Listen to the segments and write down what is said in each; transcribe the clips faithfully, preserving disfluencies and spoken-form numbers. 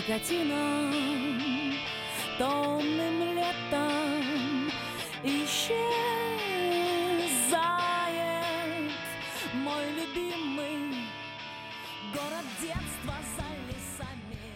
никотином, томным летом исчезает мой любимый город детства за лесами.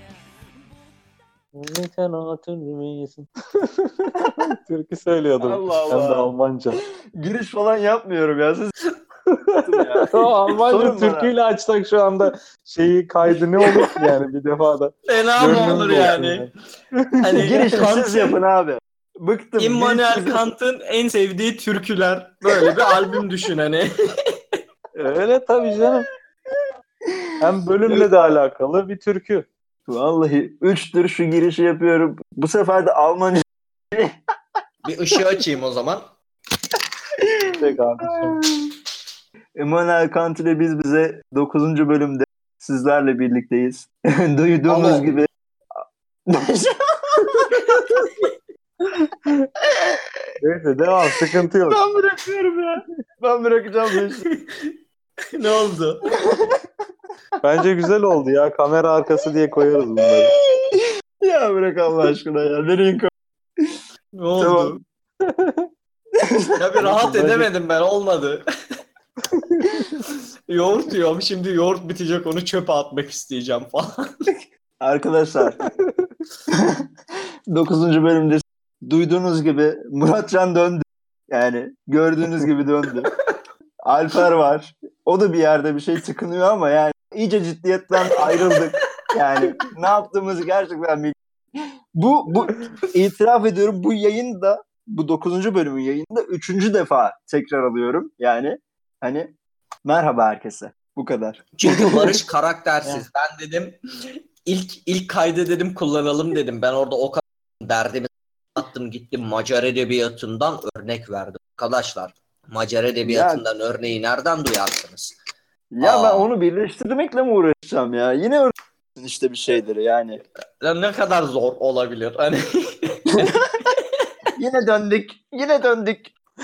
Sen hatırlamıyorsun. Türkü söylüyordum. Allah Allah. Hem de Almanca. Giriş falan yapmıyorum ya. Siz O Almanca Sorun bana. türküyle açsak şu anda şeyi kaydı ne olur ki yani bir defada. Fena mı Gönlüm olur olsun yani? Hani girişi Kant'ın- siz yapın abi. Bıktım. Immanuel Girişi- Kant'ın en sevdiği türküler. Böyle bir albüm düşün hani. Öyle tabii canım. Hem bölümle de alakalı bir türkü. Vallahi üçtür şu girişi yapıyorum. Bu sefer de Almanca. Bir ışığı açayım o zaman. İşte kardeşim. Immanuel Kant ile biz bize dokuzuncu bölümde sizlerle birlikteyiz. Duyduğunuz Ama- gibi. Neyse devam, sıkıntı yok. Ben bırakıyorum ya. Ben bırakacağım bu işi. Ne oldu? Bence güzel oldu ya. Kamera arkası diye koyarız bunları. Ya bırak Allah aşkına ya. Nereye koy- Ne oldu? Tamam. Ya bir rahat edemedim ben, olmadı. Yoğurt yiyorum, şimdi yoğurt bitecek, onu çöpe atmak isteyeceğim falan. Arkadaşlar. dokuzuncu bölümde duyduğunuz gibi Muratcan döndü. Yani gördüğünüz gibi döndü. Alper var. O da bir yerde bir şey tıkınıyor ama yani iyice ciddiyetten ayrıldık. Yani ne yaptığımızı gerçekten bilmiyorum. Bu, bu itiraf ediyorum, bu yayında, bu dokuzuncu bölümün yayında üçüncü defa tekrar alıyorum. Yani hani merhaba herkese. Bu kadar. Çünkü Barış karaktersiz. Ben dedim ilk ilk kaydı dedim kullanalım dedim. Ben orada o kadar derdimi attım, gittim Macar edebiyatından örnek verdim. Arkadaşlar, Macar edebiyatından örneği nereden duyarsınız? Ya Aa. ben onu birleştirmekle mi uğraşacağım ya? Yine öğrenirsin işte bir şeyleri yani. Ya ne kadar zor olabilir? Hani Yine döndük. Yine döndük.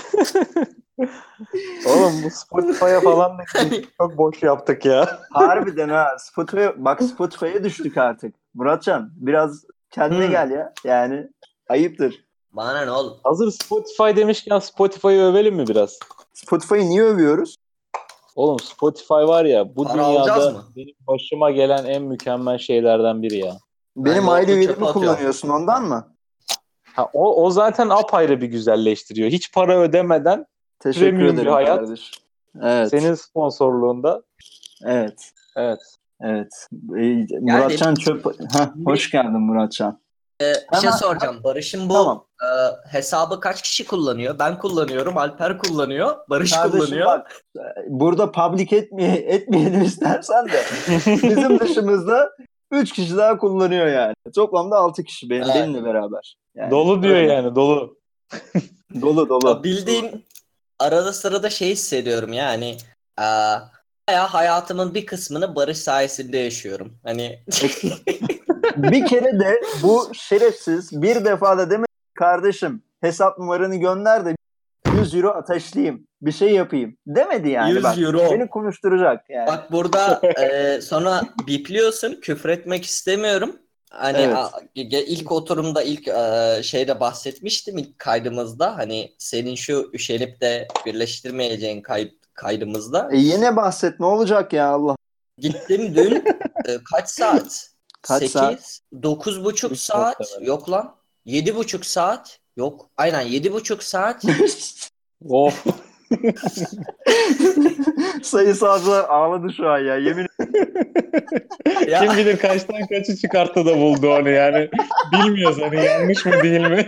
Oğlum bu Spotify'a falan da çok boş yaptık ya. Harbiden ha. Spotify, bak Spotify'a düştük artık. Muratcan biraz kendine Hmm. gel ya. Yani ayıptır. bana ne oğlum? Hazır Spotify demişken Spotify'ı övelim mi biraz? Spotify'ı niye övüyoruz? Oğlum Spotify var ya bu Para alacağız dünyada mı? benim başıma gelen en mükemmel şeylerden biri ya. Benim de aile onu üyeliğimi çöpe atıyorum. kullanıyorsun ondan mı? Ha, o, o zaten apayrı bir güzelleştiriyor. Hiç para ödemeden Teşekkür Premium bir ederim hayat. kardeş. Evet. senin sponsorluğunda. Evet. Evet. Evet. Ee, Muratcan Çöp. Heh, hoş geldin Muratcan. Ee, bir şey Hemen- soracağım. Barış'ın bu Tamam. e, hesabı kaç kişi kullanıyor? Ben kullanıyorum, Alper kullanıyor, Barış Kardeşim kullanıyor. bak, burada public etmeye, etmeyelim istersen de bizim dışımızda üç kişi daha kullanıyor yani. Toplamda altı kişi benim, Evet. benimle beraber. Yani Dolu diyor öyle. yani dolu. Dolu dolu. Ya bildiğin arada sırada şey hissediyorum yani. E, bayağı hayatımın bir kısmını Barış sayesinde yaşıyorum. Hani Bir kere de bu şerefsiz bir defa da demedi kardeşim hesap numaranı gönder de yüz euro ateşleyeyim. Bir şey yapayım. Demedi yani. yüz bak. euro. Beni konuşturacak yani. Bak burada e, sonra bipliyorsun, küfür etmek istemiyorum. Hani Evet. a- ge- ilk oturumda ilk e, şeyde bahsetmiştim ilk kaydımızda. Hani senin şu üşenip de birleştirmeyeceğin kay- kaydımızda. E yine bahset ne olacak ya Allah. Gittim dün e, kaç saat? Kaç sekiz, saat? dokuz buçuk Üç saat. muhtemelen. Yok lan. Yedi buçuk saat. Yok. Aynen yedi buçuk saat. Of. Sayısalcılar ağladı şu an ya. Yemin Ya, Kim bilir kaçtan kaçı çıkarttı da buldu onu yani. Bilmiyoruz hani yanlış mı değil mi?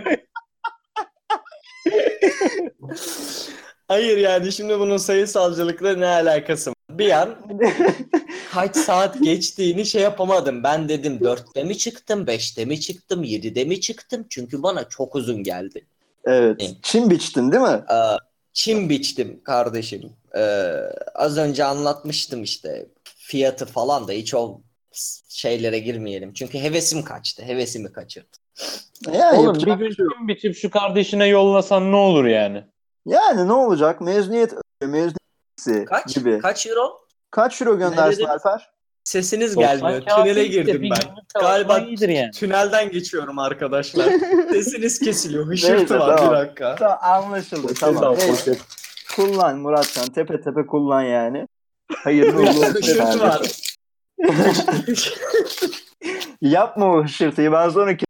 hayır yani şimdi bunun sayısalcılıkla ne alakası var? Bir an kaç saat geçtiğini şey yapamadım. Ben dedim dörtte mi çıktım, beşte mi çıktım, yedide mi çıktım? Çünkü bana çok uzun geldi. Evet. Çim biçtin değil mi? Ee, çim biçtim kardeşim. Ee, az önce anlatmıştım işte fiyatı falan da hiç o şeylere girmeyelim. Çünkü hevesim kaçtı. Hevesimi kaçırdı. Ya, Oğlum yapacak bir gün bir şey yok. kim biçip şu kardeşine yollasan ne olur yani? Yani ne olacak? Mezuniyet mezuniyeti Kaç? gibi. Kaç euro? Kaç euro göndersin Ne dedin? Alper? Sesiniz doksan gelmiyor. kağıt Tünele işte, girdim bir ben. günlük çalışma Galiba iyidir yani. tünelden geçiyorum arkadaşlar. Sesiniz kesiliyor. Hışırtı Neyse, var tamam. bir dakika. Tamam, anlaşıldı. Poşet Tamam. al, Neyse. poşet. Kullan Muratcan. Tepe tepe kullan yani. Hayırlı uğurlu olsun Hışırtı var. kardeşim. Yapma o hışırtıyı. Ben sonraki...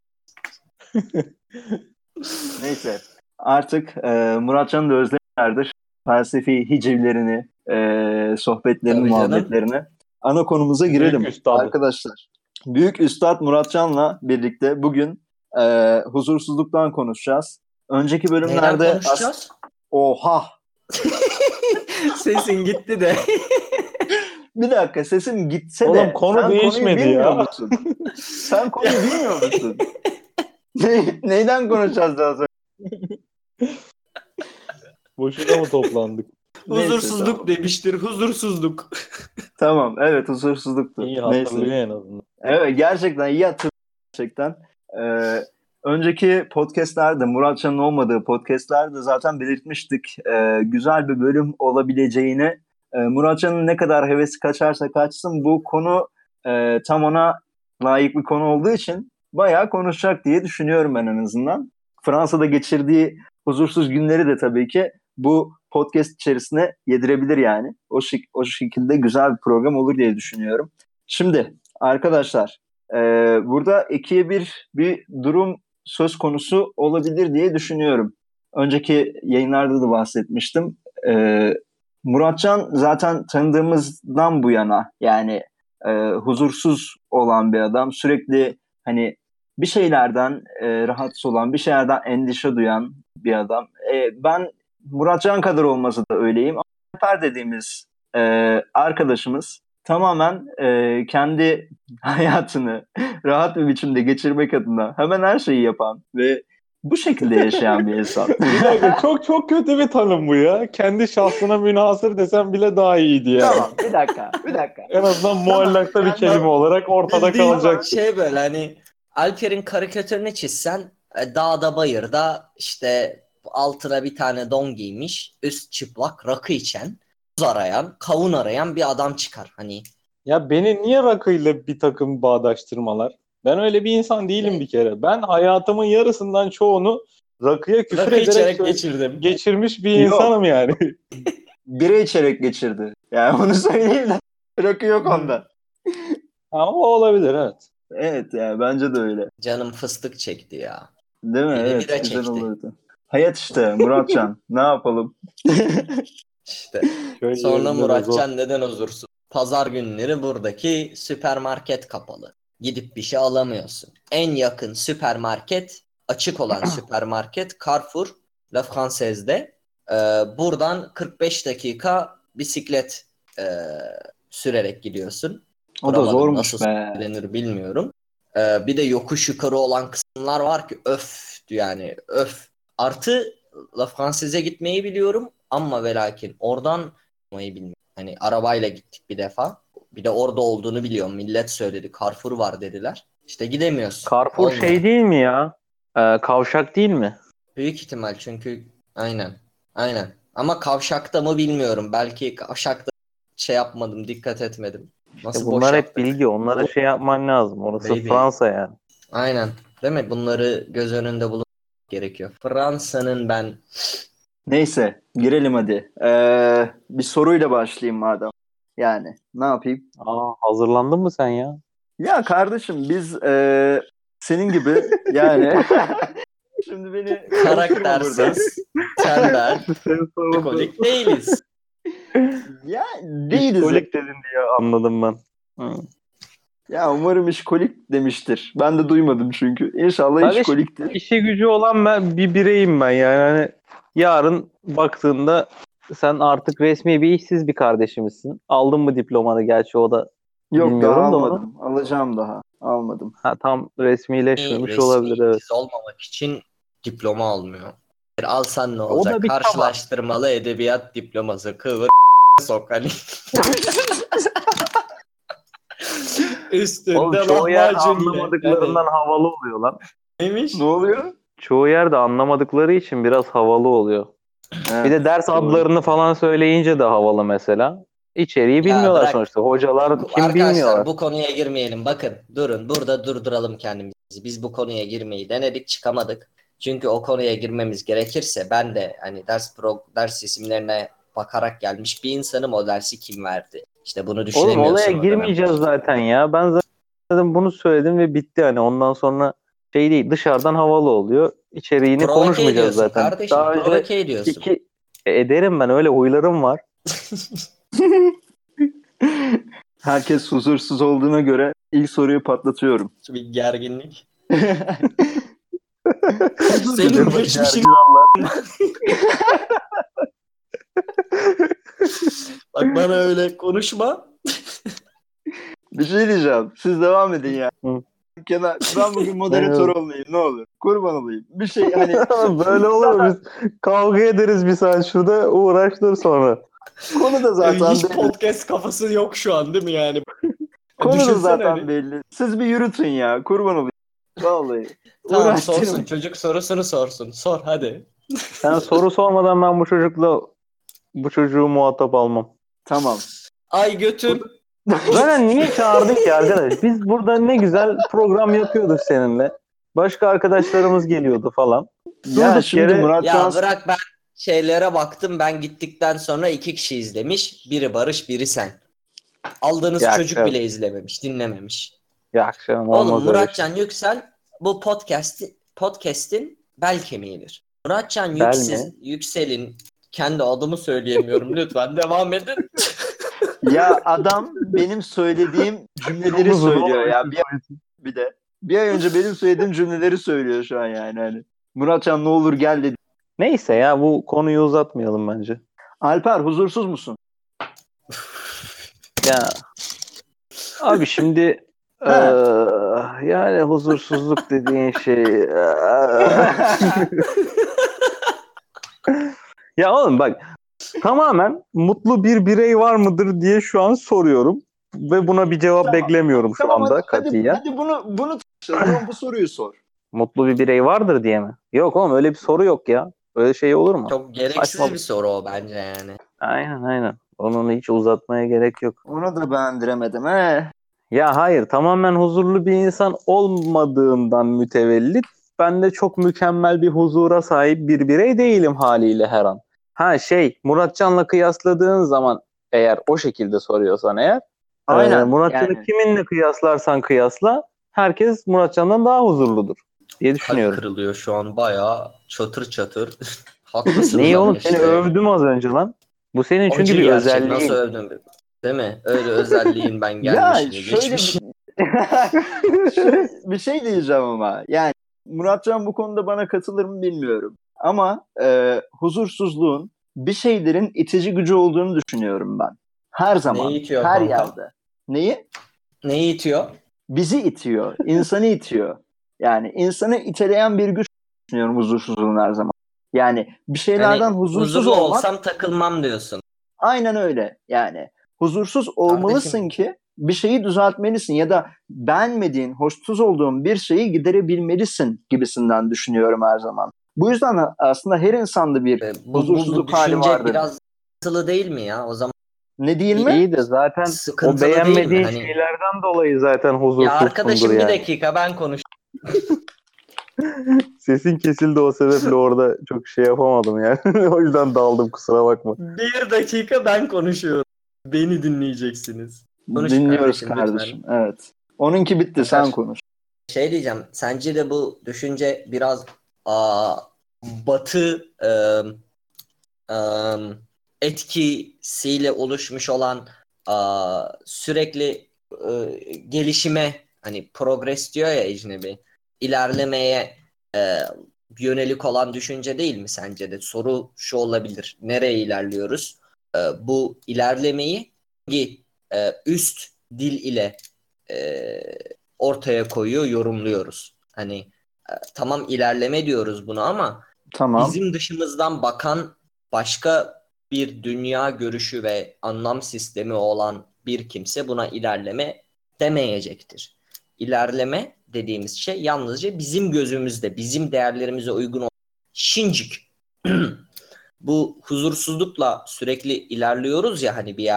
Neyse. Artık e, Muratcan'ı da özlemişlerdir. Felsefi hicivlerini, e, sohbetlerini, Tabii canım. muhabbetlerini. Ana konumuza girelim. Büyük üstadı. Arkadaşlar. Büyük Üstad Muratcan'la birlikte bugün e, huzursuzluktan konuşacağız. Önceki Neyden bölümlerde... konuşacağız? Oha! Sesin gitti de. Bir dakika, sesim gitse de Oğlum, konu sen değişmedi konuyu bilmiyor ya. musun? Sen konuyu bilmiyor musun? ne, neyden konuşacağız daha sonra? Boşuna mı toplandık? Neyse, Huzursuzluk tamam. demiştir. Huzursuzluk. Tamam, evet, huzursuzluktu. İyi Neyse. hatırlıyor en azından. Evet, gerçekten iyi hatırlıyorum. Gerçekten. Ee, önceki podcastlerde, Muratcan'ın olmadığı podcastlerde zaten belirtmiştik. Ee, güzel bir bölüm olabileceğini. Ee, Muratcan'ın ne kadar hevesi kaçarsa kaçsın, bu konu e, tam ona layık bir konu olduğu için bayağı konuşacak diye düşünüyorum ben en azından. Fransa'da geçirdiği huzursuz günleri de tabii ki bu podcast içerisine yedirebilir yani. O, şek- o şekilde güzel bir program olur diye düşünüyorum. Şimdi arkadaşlar, e, burada ikiye bir bir durum söz konusu olabilir diye düşünüyorum. Önceki yayınlarda da bahsetmiştim. E, Muratcan zaten tanıdığımızdan bu yana yani e, huzursuz olan bir adam. Sürekli hani bir şeylerden e, rahatsız olan, bir şeylerden endişe duyan bir adam. E, ben Muratcan kadar olmasa da öyleyim. Alper dediğimiz e, arkadaşımız tamamen e, kendi hayatını rahat bir biçimde geçirmek adına hemen her şeyi yapan ve bu şekilde yaşayan bir insan. Bir dakika, çok çok kötü bir tanım bu ya. Kendi şahsına münhasır desem bile daha iyiydi yani. Tamam, bir dakika, bir dakika. En azından muallakta bir Yani kelime olarak ortada Bildiğin kalacak. şey böyle hani Alper'in karikatürünü çizsen e, dağda bayırda işte altına bir tane don giymiş, üst çıplak, rakı içen, buz arayan, kavun arayan bir adam çıkar. Hani Ya beni niye rakıyla bir takım bağdaştırmalar? Ben öyle bir insan değilim Ne? bir kere. Ben hayatımın yarısından çoğunu rakıya küfür rakı ederek içerek sö- geçirdim. geçirmiş bir Yok. insanım yani. Bira içerek geçirdi. Yani onu söyleyeyim de rakı yok onda. Ama o olabilir, evet. Evet ya, bence de öyle. Canım fıstık çekti ya. Değil mi? Bir de Evet, bira güzel çekti. olurdu. Hayat işte Muratcan. Ne yapalım? İşte Köy sonra yerinde de zor. Muratcan neden huzursuz? Pazar günleri buradaki süpermarket kapalı. Gidip bir şey alamıyorsun. En yakın süpermarket, açık olan süpermarket Carrefour La Française'de. Ee, buradan kırk beş dakika bisiklet e, sürerek gidiyorsun. O da Kuramadım, zormuş nasıl be. söylenir bilmiyorum. Ee, bir de yokuş yukarı olan kısımlar var ki öf yani öf. Artı La Française'e gitmeyi biliyorum ama ve lakin oradan gitmeyi bilmiyorum. Hani arabayla gittik bir defa. Bir de orada olduğunu biliyorum. Millet söyledi. Carrefour var dediler. İşte gidemiyorsun. Carrefour Olmuyor. şey değil mi ya? Ee, kavşak değil mi? Büyük ihtimal çünkü aynen. Aynen. Ama kavşakta mı bilmiyorum. Belki kavşakta şey yapmadım. Dikkat etmedim. Nasıl E boş bunlar hep yaptık? bilgi. Onlara şey yapman lazım. Orası Baby. Fransa yani. Aynen. Değil mi? Bunları göz önünde bulundurmak gerekiyor. Fransa'nın ben Neyse, girelim hadi. Ee, bir soruyla başlayayım madem. Yani ne yapayım? Aa, hazırlandın mı sen ya? Ya kardeşim, biz ee, senin gibi yani şimdi beni karaktersiz, tembel, alkolik değiliz. ya değiliz. İşkolik dedin diye anladım ben. Hı. Ya umarım işkolik demiştir. Ben de duymadım çünkü. İnşallah Kardeşim, işkoliktir. İşi gücü olan ben bir bireyim ben yani. Hani yarın baktığında sen artık resmi bir işsiz bir kardeşimizsin. Aldın mı diplomanı? Gerçi o da Yok, daha bilmiyorum da onu. almadım. Alacağım daha. Almadım. Ha, tam resmileşmemiş Resmi olabilir, evet. işsiz olmamak için diploma almıyor. Alsan ne O olacak? da bir çaba. Karşılaştırmalı edebiyat diploması kıvır sok hani. Üstünde Oğlum çoğu yer lahmacun yine. anlamadıklarından havalı oluyor lan. Yani, neymiş? Ne oluyor? Çoğu yerde anlamadıkları için biraz havalı oluyor. Evet, Bir de ders doğru. adlarını falan söyleyince de havalı mesela. İçeriği bilmiyorlar bırak. sonuçta. Hocalar kim Arkadaşlar bilmiyorlar. bu konuya girmeyelim. Bakın durun burada durduralım kendimizi. Biz bu konuya girmeyi denedik çıkamadık. Çünkü o konuya girmemiz gerekirse ben de hani ders pro ders isimlerine bakarak gelmiş bir insanım, o dersi kim verdi? İşte bunu Oğlum düşünemiyorsun. olaya o dönem. girmeyeceğiz zaten ya. Ben zaten bunu söyledim ve bitti hani. Ondan sonra şey değil, dışarıdan havalı oluyor. İçeriğini Provoke konuşmayacağız ediyorsun zaten. kardeşim. Daha önce Provoke ediyorsun. iki E, ederim, ben öyle huylarım var. Herkes huzursuz olduğuna göre ilk soruyu patlatıyorum. Bir gerginlik. Senin Senin geçmişin. Bak bana öyle konuşma. Bir şey diyeceğim. Siz devam edin ya. Hı. Kenar, ben bugün moderatör olmayayım ne olur. Kurban olayım. Bir şey hani Böyle olur mu? Biz kavga ederiz bir saat şurada, uğraştır sonra. konu da zaten Hiç belli. podcast kafası yok şu an değil mi yani? Konu da Düşünsene zaten hani. belli. Siz bir yürütün ya. Kurban olayım. Vallahi. Tamam Uğraştırmayın. sorsun, çocuk sorusunu sorsun. Sor hadi. Sen soru sormadan ben bu çocukla bu çocuğu muhatap almam. Tamam. Ay götüm. Zaten niye çağırdık ki arkadaş? Biz burada ne güzel program yapıyorduk seninle. Başka arkadaşlarımız geliyordu falan. Ya Durduk şimdi yere- Murat Ya Can bırak, ben şeylere baktım, ben gittikten sonra iki kişi izlemiş. Biri Barış, biri sen. Aldığınız Ya, çocuk evet. bile izlememiş, dinlememiş. Ya akşam olmaz Oğlum öyle Muratcan Yüksel bu podcast'i, podcast'in bel kemiğidir. Muratcan Bel Yüksel, mi? Yüksel'in kendi adımı söyleyemiyorum, lütfen devam edin. ya adam benim söylediğim cümleleri Çok uzun söylüyor olmuş. ya. Bir, bir de bir ay önce benim söylediğim cümleleri söylüyor şu an yani. Hani. Muratcan ne olur gel dedi. Neyse ya, bu konuyu uzatmayalım bence. Alper huzursuz musun? Ya abi şimdi He. eee, yani huzursuzluk dediğin şey eee, ya oğlum bak, tamamen mutlu bir birey var mıdır diye şu an soruyorum ve buna bir cevap Tamam. beklemiyorum şu Tamam anda hadi, hadi, katiyen. hadi bunu bunu tartışalım. Bu soruyu sor. Mutlu bir birey vardır diye mi? Yok oğlum, öyle bir soru yok ya. Öyle şey olur mu? Çok gereksiz Saçma. bir soru o bence yani. Aynen aynen. Onu hiç uzatmaya gerek yok. Onu da beğendiremedim. He. Ya hayır, tamamen huzurlu bir insan olmadığından mütevellit ben de çok mükemmel bir huzura sahip bir birey değilim haliyle her an. Ha şey, Muratcan'la kıyasladığın zaman, eğer o şekilde soruyorsan eğer, Aynen. e, Muratcan'ı yani. kiminle kıyaslarsan kıyasla herkes Muratcan'dan daha huzurludur diye Kalp düşünüyorum. kırılıyor şu an bayağı çatır çatır. Haklısınız Neyi ama oğlum, işte. seni övdüm az önce lan. Bu senin çünkü Acı bir gerçek, özelliğin. nasıl övdüm? Değil mi? Öyle özelliğin ben Ya gelmişini şöyle geçmiş. şöyle bir şey diyeceğim ama yani Muratcan bu konuda bana katılır mı bilmiyorum. Ama e, huzursuzluğun bir şeylerin itici gücü olduğunu düşünüyorum ben. Her zaman. Neyi itiyor her kanka? yerde. Neyi? Neyi itiyor? Bizi itiyor. insanı itiyor. Yani insanı iteleyen bir güç düşünüyorum huzursuzluğun her zaman. Yani bir şeylerden Hani huzursuz huzurlu olmak olsam takılmam diyorsun. aynen öyle. Yani huzursuz olmalısın Kardeşim. ki bir şeyi düzeltmelisin ya da beğenmediğin, hoşsuz olduğun bir şeyi giderebilmelisin gibisinden düşünüyorum her zaman. Bu yüzden aslında her insanda bir Ee, Bu, bu, bu huzursuzluk hali düşünce vardır. biraz sıkıntılı değil mi ya? O zaman Ne değil mi? İyi de zaten sıkıntılı o değil mi? beğenmediğin Hani... şeylerden dolayı zaten Ya huzursuzsundur arkadaşım yani. bir dakika ben konuş. Sesin kesildi, o sebeple orada çok şey yapamadım yani. O yüzden daldım, kusura bakma. Bir dakika ben konuşuyorum. Beni dinleyeceksiniz. Konuş Dinliyoruz kardeşim, kardeşim. Evet. Onunki bitti. Sen Arkadaş- konuş. Şey diyeceğim. Sence de bu düşünce biraz aa, batı ım, ım, etkisiyle oluşmuş olan aa, sürekli e, gelişime, hani progress diyor ya ecnebi, ilerlemeye e, yönelik olan düşünce değil mi sence de? Soru şu olabilir. Nereye ilerliyoruz? E, bu ilerlemeyi hangi e, üst dil ile e, ortaya koyuyor, yorumluyoruz. Hani e, tamam ilerleme diyoruz buna ama Tamam. bizim dışımızdan bakan başka bir dünya görüşü ve anlam sistemi olan bir kimse buna ilerleme demeyecektir. İlerleme dediğimiz şey yalnızca bizim gözümüzde, bizim değerlerimize uygun olan şincik. Bu huzursuzlukla sürekli ilerliyoruz ya hani bir yer.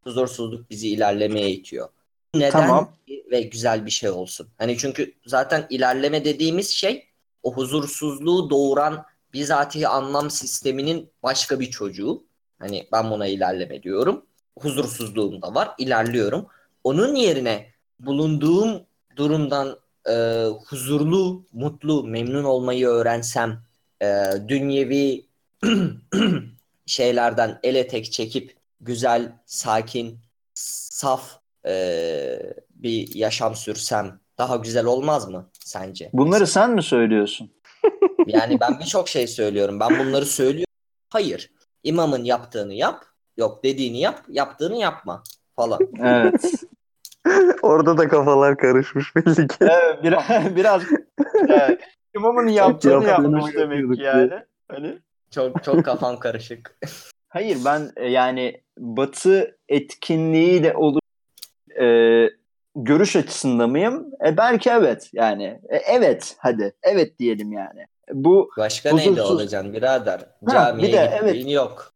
huzursuzluk bizi ilerlemeye itiyor. Neden Tamam. ve güzel bir şey olsun. Hani çünkü zaten ilerleme dediğimiz şey o huzursuzluğu doğuran bizatihi anlam sisteminin başka bir çocuğu. Hani ben buna ilerleme diyorum. Huzursuzluğum da var, ilerliyorum. Onun yerine bulunduğum durumdan e, huzurlu, mutlu, memnun olmayı öğrensem, e, dünyevi şeylerden el etek çekip güzel, sakin, saf e, bir yaşam sürsem daha güzel olmaz mı sence? Bunları sen mi söylüyorsun? Yani ben birçok şey söylüyorum. Ben bunları söylüyorum. Hayır. İmamın yaptığını yap. Yok dediğini yap. Yaptığını yapma falan. Evet. Orada da kafalar karışmış belli ki. Evet, biraz biraz evet. İmamın yaptığını yaptığını yapmış mı demek yapıyorduk ki diye. yani. Hani Çok çok kafam karışık. hayır ben e, yani Batı etkinliğiyle olur e, görüş açısında mıyım? E, belki evet yani. E, evet hadi. Evet diyelim yani. Bu Başka neyle huzursuz. olacaksın birader? Ha, Camiye bir de gittiğin yok.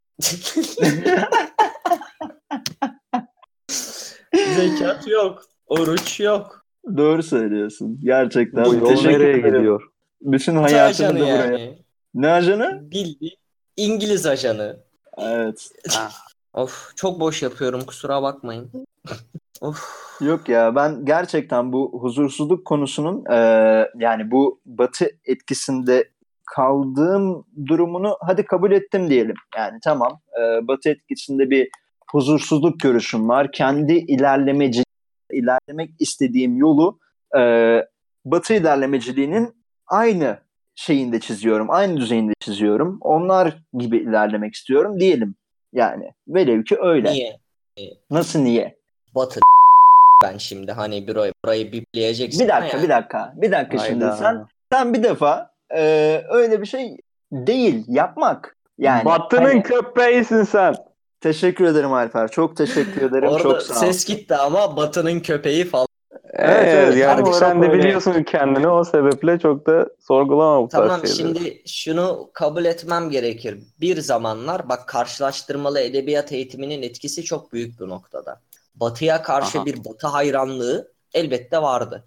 Zekat yok. Oruç yok. Doğru söylüyorsun. Gerçekten. Bu yol Teşekkür nereye ederim. gidiyor? Bütün Batı hayatını ajanı da buraya. yani. Ne ajanı? Bildiğin İngiliz ajanı. Evet. Of çok boş yapıyorum kusura bakmayın. Of. Yok ya ben gerçekten bu huzursuzluk konusunun e, yani bu Batı etkisinde kaldığım durumunu hadi kabul ettim diyelim. Yani tamam e, Batı etkisinde bir huzursuzluk görüşüm var. Kendi ilerlemeci ilerlemek istediğim yolu e, Batı ilerlemeciliğinin aynı şeyinde çiziyorum. Aynı düzeyinde çiziyorum. Onlar gibi ilerlemek istiyorum diyelim. Yani velev ki öyle. Niye? Nasıl niye? Batı ben şimdi hani burayı, burayı bipleyeceksin. Bir dakika, yani. bir dakika. Bir dakika Hayda. şimdi sen sen bir defa e, öyle bir şey değil yapmak. Yani Batı'nın hani, köpeğisin sen. teşekkür ederim Alper. Çok teşekkür ederim. Orada Çok sağ ol. ses gitti ama Batı'nın köpeği falan. Evet, evet, yani tam olarak sen de öyle. biliyorsun kendini o sebeple çok da sorgulama bu tarz Tamam şeyleri. şimdi şunu kabul etmem gerekir. Bir zamanlar bak karşılaştırmalı edebiyat eğitiminin etkisi çok büyük bu noktada. Batı'ya karşı Aha. bir Batı hayranlığı elbette vardı.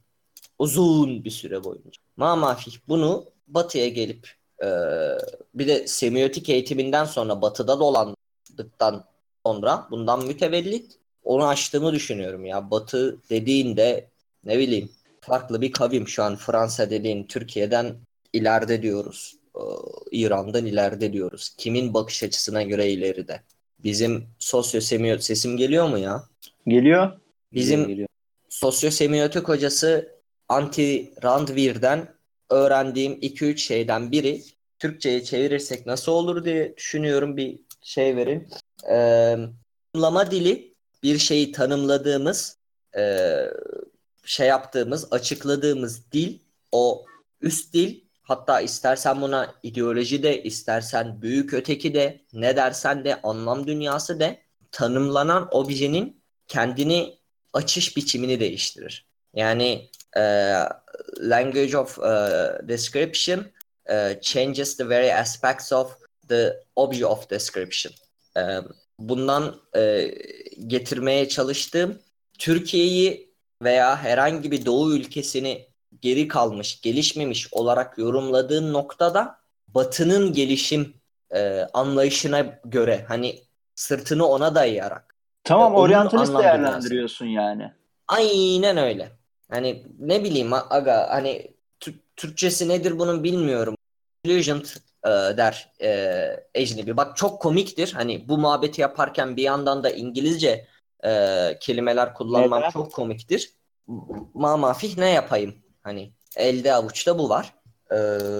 Uzun bir süre boyunca. Mamafih bunu Batı'ya gelip e, bir de semiotik eğitiminden sonra Batı'da dolandıktan sonra bundan mütevellit onu aştığımı düşünüyorum ya. Batı dediğinde ne bileyim farklı bir kavim şu an Fransa dediğin Türkiye'den ileride diyoruz. Ee, İran'dan ileride diyoruz. Kimin bakış açısına göre ileride? Bizim sosyosemiotik sesim geliyor mu ya? Geliyor. Bizim Geliyor. sosyosemiotik hocası Antti Randvir'den öğrendiğim iki üç şeyden biri Türkçe'ye çevirirsek nasıl olur diye düşünüyorum bir şey verin. Ee, tanımlama dili bir şeyi tanımladığımız e, şey yaptığımız, açıkladığımız dil o üst dil hatta istersen buna ideoloji de istersen büyük öteki de ne dersen de anlam dünyası de tanımlanan objenin kendini açış biçimini değiştirir. Yani e, language of e, description e, changes the very aspects of the object of description. E, bundan e, getirmeye çalıştığım Türkiye'yi veya herhangi bir doğu ülkesini geri kalmış, gelişmemiş olarak yorumladığın noktada Batı'nın gelişim e, anlayışına göre hani sırtını ona dayayarak. Tamam, E, onun oryantalist anlam değerlendiriyorsun yani. Aynen öyle. Hani ne bileyim aga hani Tür- Türkçesi nedir bunun bilmiyorum. Illusion e, der e, ecnebi. Bak çok komiktir. Hani bu muhabbeti yaparken bir yandan da İngilizce e, kelimeler kullanmam Neden? çok komiktir. Mamafih ne yapayım? Hani elde avuçta bu var. E,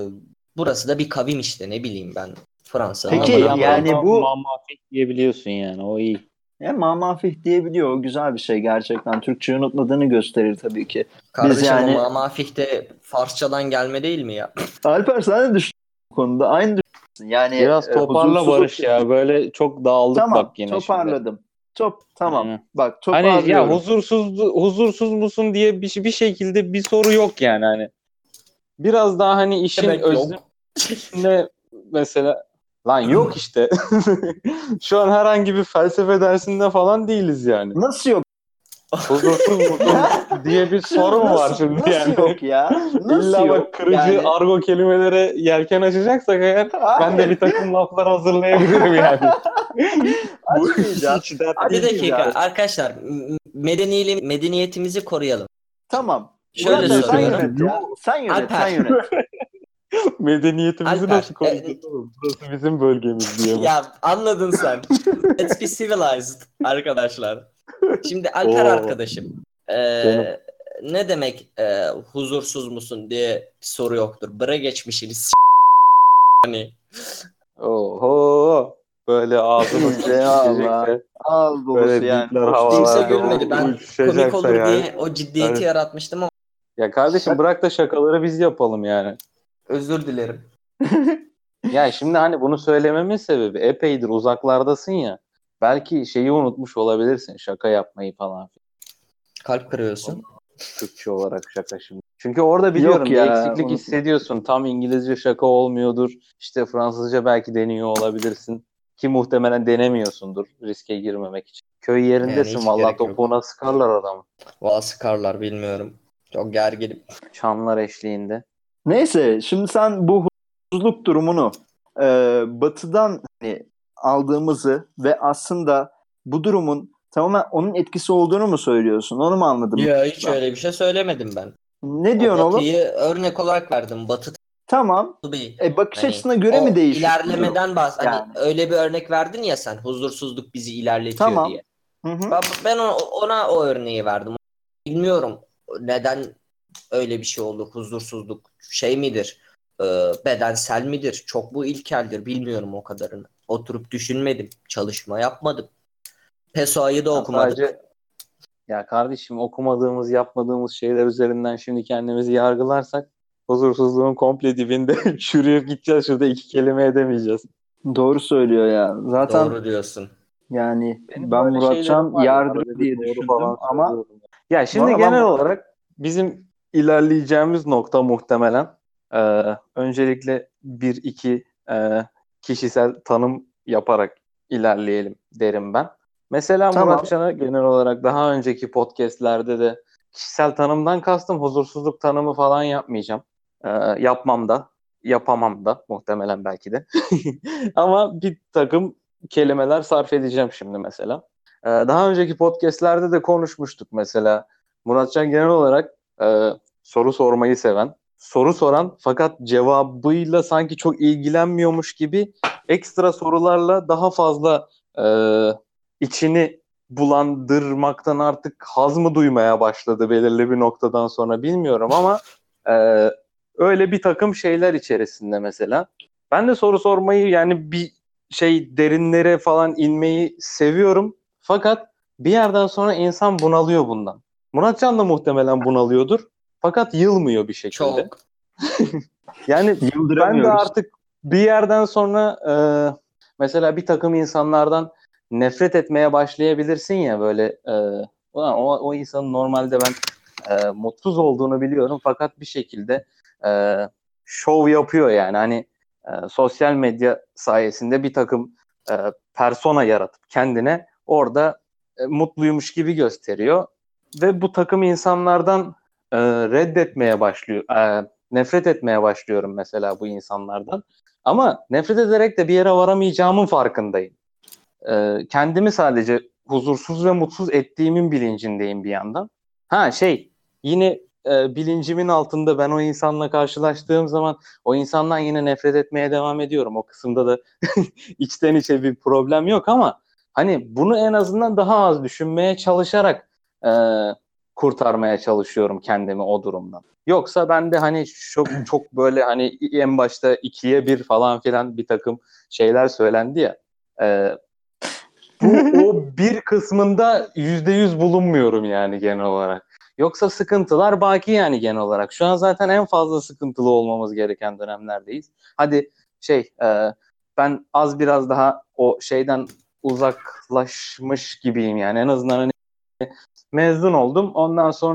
burası da bir kavim işte ne bileyim ben. Fransa'nın Peki, Ama amına yani koyayım. bu- mamafik diyebiliyorsun yani o iyi. Ya mamafih diyebiliyor. O güzel bir şey gerçekten. Türkçeyi unutmadığını gösterir tabii ki. Kardeşim yani- o mamafih de Farsçadan gelme değil mi ya? Alper sen ne düşünüyorsun bu konuda? Aynı düşünüyorsun. Yani Biraz e, toparla huzursuzluk- Barış ya. Böyle çok dağıldık Tamam, bak yine şimdi. toparladım. Top tamam. Aynen. Bak Hani toparlıyorum. ya huzursuz huzursuz musun diye bir, bir şekilde bir soru yok yani hani. Biraz daha hani işin Demek yok. özünde mesela Lan yok işte. Şu an herhangi bir felsefe dersinde falan değiliz yani. Nasıl yok? Huzursuz musun diye bir soru mu var Nasıl- şimdi nasıl yani? yok ya? Nasıl İlla yok? bak kırıcı Yani- argo kelimelere yelken açacaksak eğer ben de bir takım laflar hazırlayabilirim yani. Bu Açmayacağım. hiç dert Bir değil dakika yani. arkadaşlar m- medeniyeli, medeniyetimizi koruyalım. Tamam. Şöyle Murat, sen soruyorum. yönet ya. Sen yönet, Alper. sen yönet. Medeniyetimizi Alper, nasıl koruyacağız oğlum? Burası bizim bölgemiz diye. Ya anladın sen. Let's be civilized arkadaşlar. Şimdi Alper Oo. arkadaşım. eee, Canım. ne demek eee, huzursuz musun diye bir soru yoktur. Bre geçmişini s- hani. Oho. Böyle ağzımız Eyvallah. şişecekse, Ağız dolusu böyle yani. dipler Hoş havalarda değil. Kimse gülmedi. Ben uçuşacaksa komik olur yani. diye o ciddiyeti Evet. yaratmıştım ama Ya kardeşim bırak da şakaları biz yapalım yani. özür dilerim. Ya şimdi hani bunu söylememin sebebi epeydir uzaklardasın ya. Belki şeyi unutmuş olabilirsin. Şaka yapmayı falan. Kalp kırıyorsun. Türkçe olarak şaka şimdi. Çünkü orada biliyorum Yok bir ya, eksiklik unutma. hissediyorsun. Tam İngilizce şaka olmuyordur. İşte Fransızca belki deniyor olabilirsin. Ki muhtemelen denemiyorsundur riske girmemek için. Köy Yani yerindesin hiç vallahi gerek yok. topuğuna sıkarlar adamı. Valla sıkarlar bilmiyorum. Çok gerginim. Çanlar eşliğinde. Neyse, şimdi sen bu huzursuzluk durumunu e, batıdan hani, aldığımızı ve aslında bu durumun tamamen onun etkisi olduğunu mu söylüyorsun? Onu mu anladım? Ya hiç ben? öyle bir şey söylemedim ben. Ne O diyorsun oğlum? Batı'yı örnek olarak verdim. Batı Tamam. tabii. E, bakış Hani açısına göre o mi değişiyor? ilerlemeden bahs. Hani Yani. öyle bir örnek verdin ya sen huzursuzluk bizi ilerletiyor Tamam. diye. Hı hı. Ben, ben ona, ona o örneği verdim. Bilmiyorum neden öyle bir şey oldu. Huzursuzluk şey midir? Ee, bedensel midir? Çok bu ilkeldir. Bilmiyorum o kadarını. Oturup düşünmedim. Çalışma yapmadım. Pessoa'yı da Ben okumadım. sadece ya kardeşim okumadığımız, yapmadığımız şeyler üzerinden şimdi kendimizi yargılarsak huzursuzluğun komple dibinde çürüyüp gideceğiz. Şurada iki kelime edemeyeceğiz. Doğru söylüyor ya. Zaten Doğru diyorsun. yani Benim ben böyle şeylerim Muratcan var ya, yardır arada bir diye doğru düşündüm falan ama söylüyorum. Ya şimdi Valla ben genel bu- olarak bizim ilerleyeceğimiz nokta muhtemelen e, öncelikle bir iki e, kişisel tanım yaparak ilerleyelim derim ben. Mesela Tamam. Muratcan'a genel olarak daha önceki podcastlerde de kişisel tanımdan kastım huzursuzluk tanımı falan yapmayacağım. E, yapmam da, yapamam da muhtemelen belki de. Ama bir takım kelimeler sarf edeceğim şimdi mesela. Ee, daha önceki podcastlerde de konuşmuştuk mesela. Muratcan genel olarak e, soru sormayı seven, soru soran fakat cevabıyla sanki çok ilgilenmiyormuş gibi ekstra sorularla daha fazla e, içini bulandırmaktan artık haz mı duymaya başladı belirli bir noktadan sonra bilmiyorum ama e, öyle bir takım şeyler içerisinde mesela. Ben de soru sormayı yani bir şey derinlere falan inmeyi seviyorum. Fakat bir yerden sonra insan bunalıyor bundan. Muratcan da muhtemelen bunalıyordur. Fakat yılmıyor bir şekilde. Çok. Yani ben de Yıldıramıyoruz. artık bir yerden sonra e, mesela bir takım insanlardan nefret etmeye başlayabilirsin ya böyle e, ulan o, o insanın normalde ben e, mutsuz olduğunu biliyorum fakat bir şekilde e, şov yapıyor yani hani e, sosyal medya sayesinde bir takım e, persona yaratıp kendine orada e, mutluymuş gibi gösteriyor ve bu takım insanlardan e, reddetmeye başlıyor. E, nefret etmeye başlıyorum mesela bu insanlardan. Ama nefret ederek de bir yere varamayacağımın farkındayım. Ee, kendimi sadece huzursuz ve mutsuz ettiğimin bilincindeyim bir yandan. Ha şey yine e, bilincimin altında ben o insanla karşılaştığım zaman o insandan yine nefret etmeye devam ediyorum. O kısımda da içten içe bir problem yok ama hani bunu en azından daha az düşünmeye çalışarak e, kurtarmaya çalışıyorum kendimi o durumdan. Yoksa ben de hani çok çok böyle hani en başta ikiye bir falan filan bir takım şeyler söylendi ya. E, bu o bir kısmında yüzde yüz bulunmuyorum yani genel olarak. Yoksa sıkıntılar baki yani genel olarak. Şu an zaten en fazla sıkıntılı olmamız gereken dönemlerdeyiz. Hadi şey e, ben az biraz daha o şeyden uzaklaşmış gibiyim yani. En azından hani mezun oldum. Ondan sonra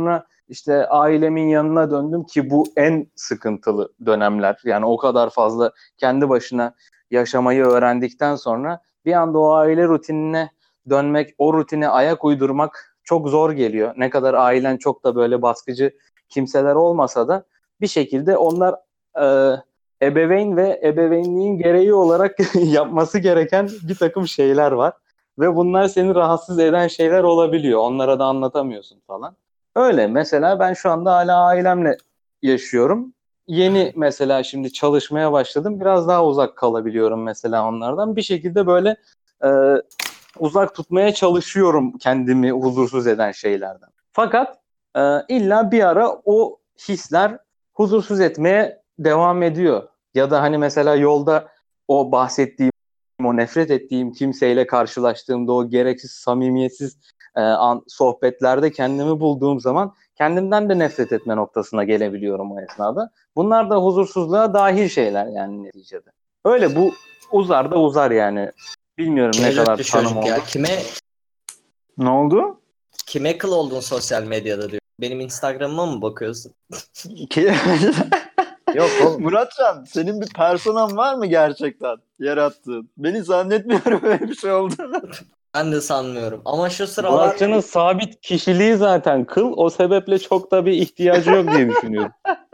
işte ailemin yanına döndüm ki bu en sıkıntılı dönemler. Yani o kadar fazla kendi başına yaşamayı öğrendikten sonra bir anda o aile rutinine dönmek, o rutine ayak uydurmak çok zor geliyor. Ne kadar ailen çok da böyle baskıcı kimseler olmasa da bir şekilde onlar e, ebeveyn ve ebeveynliğin gereği olarak yapması gereken bir takım şeyler var. Ve bunlar seni rahatsız eden şeyler olabiliyor. Onlara da anlatamıyorsun falan. Öyle. Mesela ben şu anda hala ailemle yaşıyorum. Yeni mesela şimdi çalışmaya başladım. Biraz daha uzak kalabiliyorum mesela onlardan. Bir şekilde böyle e, uzak tutmaya çalışıyorum kendimi huzursuz eden şeylerden. Fakat e, illa bir ara o hisler huzursuz etmeye devam ediyor. Ya da hani mesela yolda o bahsettiğim, o nefret ettiğim kimseyle karşılaştığımda o gereksiz, samimiyetsiz e, an, sohbetlerde kendimi bulduğum zaman kendimden de nefret etme noktasına gelebiliyorum o esnada. Bunlar da huzursuzluğa dahil şeyler yani neticede. Öyle bu uzar da uzar yani. Bilmiyorum ne kadar Cevletli tanım çocuk oldu. ya. Kime Ne oldu? kime kıl oldun sosyal medyada diyor. Benim Instagram'ıma mı bakıyorsun? Ki- Yok oğlum. Muratcan, senin bir personan var mı gerçekten yarattığın? Beni zannetmiyorum öyle bir şey olduğunu. Ben de sanmıyorum. Ama şu sıralar Muratcan'ın sabit kişiliği zaten kıl. O sebeple çok da bir ihtiyacı yok diye düşünüyorum.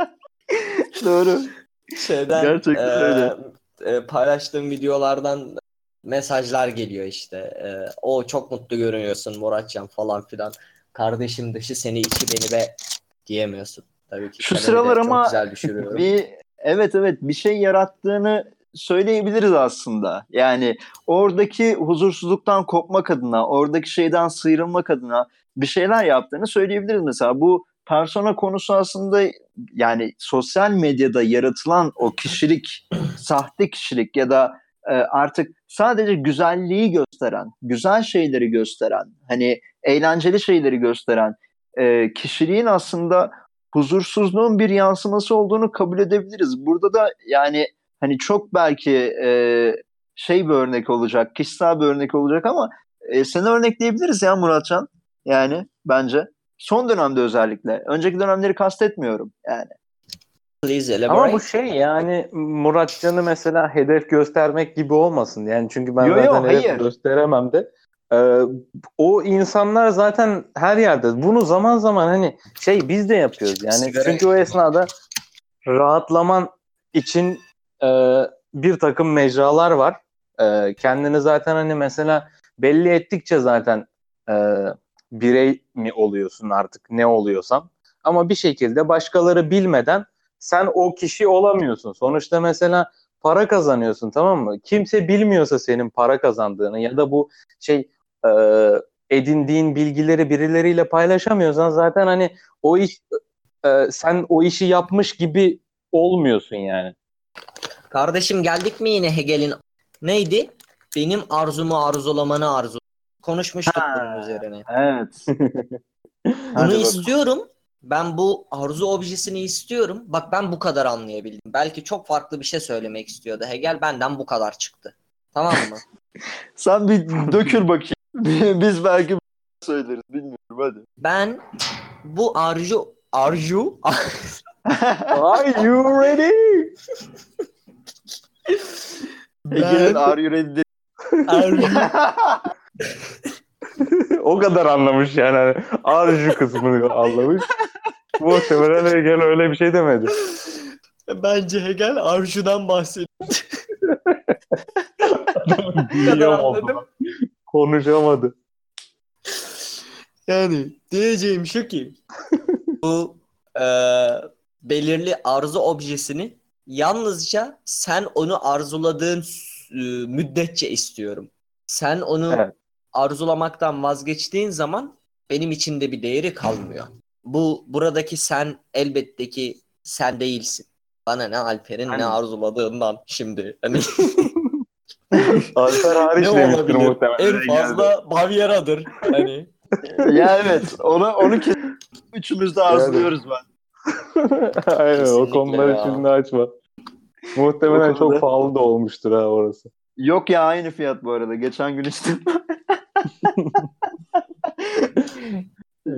Doğru. şeyden Gerçekten e, öyle. e, paylaştığım videolardan mesajlar geliyor işte. E, o çok mutlu görünüyorsun Muratcan falan filan. Kardeşim dışı seni içi beni be diyemiyorsun. Tabii ki Şu kalemi sıralar de çok ama güzel düşürüyorum. bir evet evet bir şey yarattığını söyleyebiliriz aslında. Yani oradaki huzursuzluktan kopmak adına, oradaki şeyden sıyrılmak adına bir şeyler yaptığını söyleyebiliriz mesela. Bu persona konusu aslında yani sosyal medyada yaratılan o kişilik, sahte kişilik ya da e, artık sadece güzelliği gösteren, güzel şeyleri gösteren, hani eğlenceli şeyleri gösteren e, kişiliğin aslında huzursuzluğun bir yansıması olduğunu kabul edebiliriz. Burada da yani hani çok belki e, şey bir örnek olacak, kişisel bir örnek olacak ama e, seni örnekleyebiliriz ya Muratcan. Yani bence. Son dönemde özellikle. Önceki dönemleri kastetmiyorum yani. Please Ama bu elaborate. şey yani Muratcan'ı mesela hedef göstermek gibi olmasın. Yani çünkü ben Yo zaten yo hedef hayır. gösteremem de. Ee, o insanlar zaten her yerde. Bunu zaman zaman hani şey biz de yapıyoruz. Yani Sigara çünkü o esnada rahatlaman için e, bir takım mecralar var. E, kendini zaten hani mesela belli ettikçe zaten e, birey mi oluyorsun artık ne oluyorsan. Ama bir şekilde başkaları bilmeden sen o kişi olamıyorsun. Sonuçta mesela para kazanıyorsun, tamam mı? Kimse bilmiyorsa senin para kazandığını ya da bu şey e, edindiğin bilgileri birileriyle paylaşamıyorsan zaten hani o iş e, sen o işi yapmış gibi olmuyorsun yani. Kardeşim geldik mi yine Hegel'in neydi? Benim arzumu arzulamanı arzu. Konuşmuştuk bunun üzerine. Evet. Bunu Hadi bakalım. istiyorum. Ben bu arzu objesini istiyorum. Bak ben bu kadar anlayabildim. Belki çok farklı bir şey söylemek istiyordu Hegel. Benden bu kadar çıktı. Tamam mı? Sen bir dökül bakayım. Biz belki söyleriz bilmiyorum hadi. Ben bu arzu arzu Are you ready? Ege'nin ben Are You Ready dedi. arzu O kadar anlamış yani. Hani arju kısmını anlamış. Muhtemelen Hegel öyle bir şey demedi. bence Hegel arzudan bahsediyor. Büyüyor oldu. Konuşamadı. Yani diyeceğim şu ki bu e, belirli arzu objesini yalnızca sen onu arzuladığın e, müddetçe istiyorum. Sen onu Evet. arzulamaktan vazgeçtiğin zaman benim içinde bir değeri kalmıyor. Bu buradaki sen elbette ki sen değilsin. Bana ne Alper'in ne Hani- arzuladığından şimdi. Hani Alper hariç ne demiştir olabilir? muhtemelen. En Hegel'de. fazla Bavyera'dır. Hani Ya evet onu onu kes- üçümüz de arzuluyoruz ben. Aynen o Kesinlikle konuları ya. şimdi açma. O Muhtemelen konuda. çok pahalı da olmuştur ha orası. Yok ya aynı fiyat bu arada. Geçen gün içtim.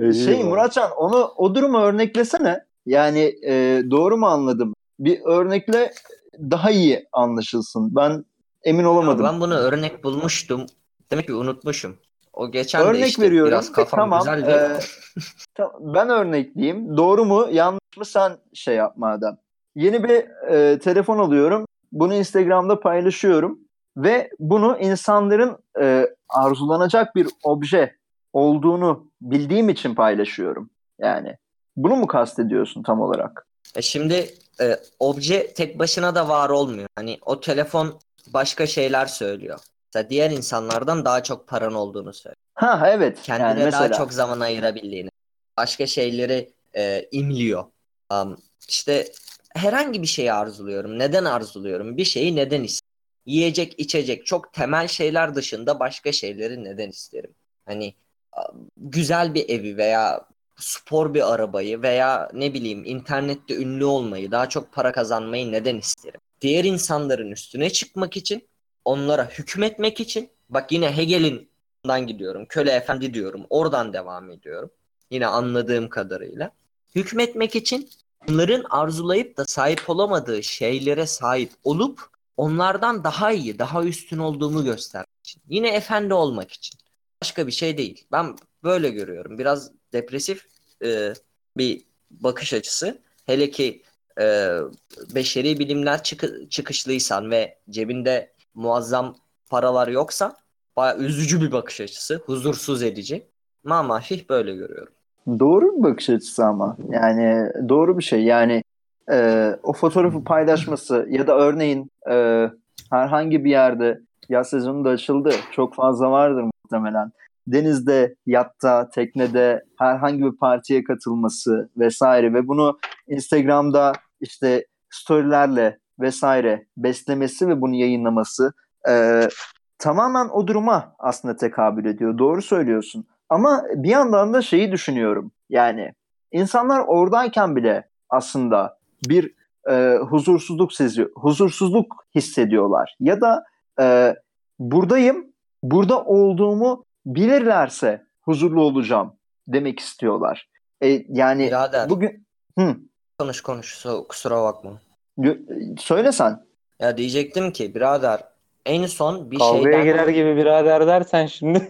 şey Muratcan onu o durumu örneklesene. Yani e, doğru mu anladım? Bir örnekle daha iyi anlaşılsın. Ben emin Ya olamadım. ben bunu örnek bulmuştum. Demek ki unutmuşum. O geçen de Örnek işte veriyorum. biraz kafam Tamam. güzeldi. e, ta- ben örnekleyeyim. Doğru mu yanlış mı sen şey yap madem. Yeni bir e, telefon alıyorum. Bunu Instagram'da paylaşıyorum. Ve bunu insanların e, arzulanacak bir obje olduğunu bildiğim için paylaşıyorum. Yani bunu mu kastediyorsun tam olarak? E şimdi e, obje tek başına da var olmuyor. Hani o telefon başka şeyler söylüyor. Mesela diğer insanlardan daha çok paran olduğunu söylüyor. Ha evet. Kendine Yani daha mesela. çok zaman ayırabildiğini. Başka şeyleri e, imliyor. Am, işte herhangi bir şeyi arzuluyorum. Neden arzuluyorum? Bir şeyi neden isterim? Yiyecek, içecek çok temel şeyler dışında başka şeyleri neden isterim? Hani a, güzel bir evi veya spor bir arabayı veya ne bileyim internette ünlü olmayı, daha çok para kazanmayı neden isterim? Diğer insanların üstüne çıkmak için, onlara hükmetmek için. Bak yine Hegel'in'den gidiyorum. Köle efendi diyorum. Oradan devam ediyorum. Yine anladığım kadarıyla. Hükmetmek için onların arzulayıp da sahip olamadığı şeylere sahip olup onlardan daha iyi, daha üstün olduğumu göstermek için. Yine efendi olmak için. Başka bir şey değil. Ben böyle görüyorum. Biraz depresif e, bir bakış açısı. Hele ki e, beşeri bilimler çıkı- çıkışlıysan ve cebinde muazzam paralar yoksa bayağı üzücü bir bakış açısı. Huzursuz edici. Mamafih böyle görüyorum. Doğru bir bakış açısı ama. Yani doğru bir şey. Yani e, o fotoğrafı paylaşması ya da örneğin e, herhangi bir yerde yaz sezonu da açıldı. Çok fazla vardır muhtemelen. Denizde, yatta, teknede herhangi bir partiye katılması vesaire ve bunu Instagram'da işte storylerle vesaire beslemesi ve bunu yayınlaması e, tamamen o duruma aslında tekabül ediyor. Doğru söylüyorsun. Ama bir yandan da şeyi düşünüyorum. Yani insanlar oradayken bile aslında bir e, huzursuzluk seziyor, huzursuzluk hissediyorlar. Ya da e, buradayım, burada olduğumu bilirlerse huzurlu olacağım demek istiyorlar. E, yani Birader bugün hı, konuş konuş kusura bakma. gö- söyle sen. Ya diyecektim ki birader en son bir Kavgaya şeyden girer gibi birader dersen şimdi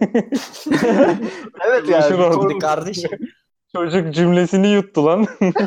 Evet kızışır yani orada. şimdi kardeşim Çocuk cümlesini yuttu lan.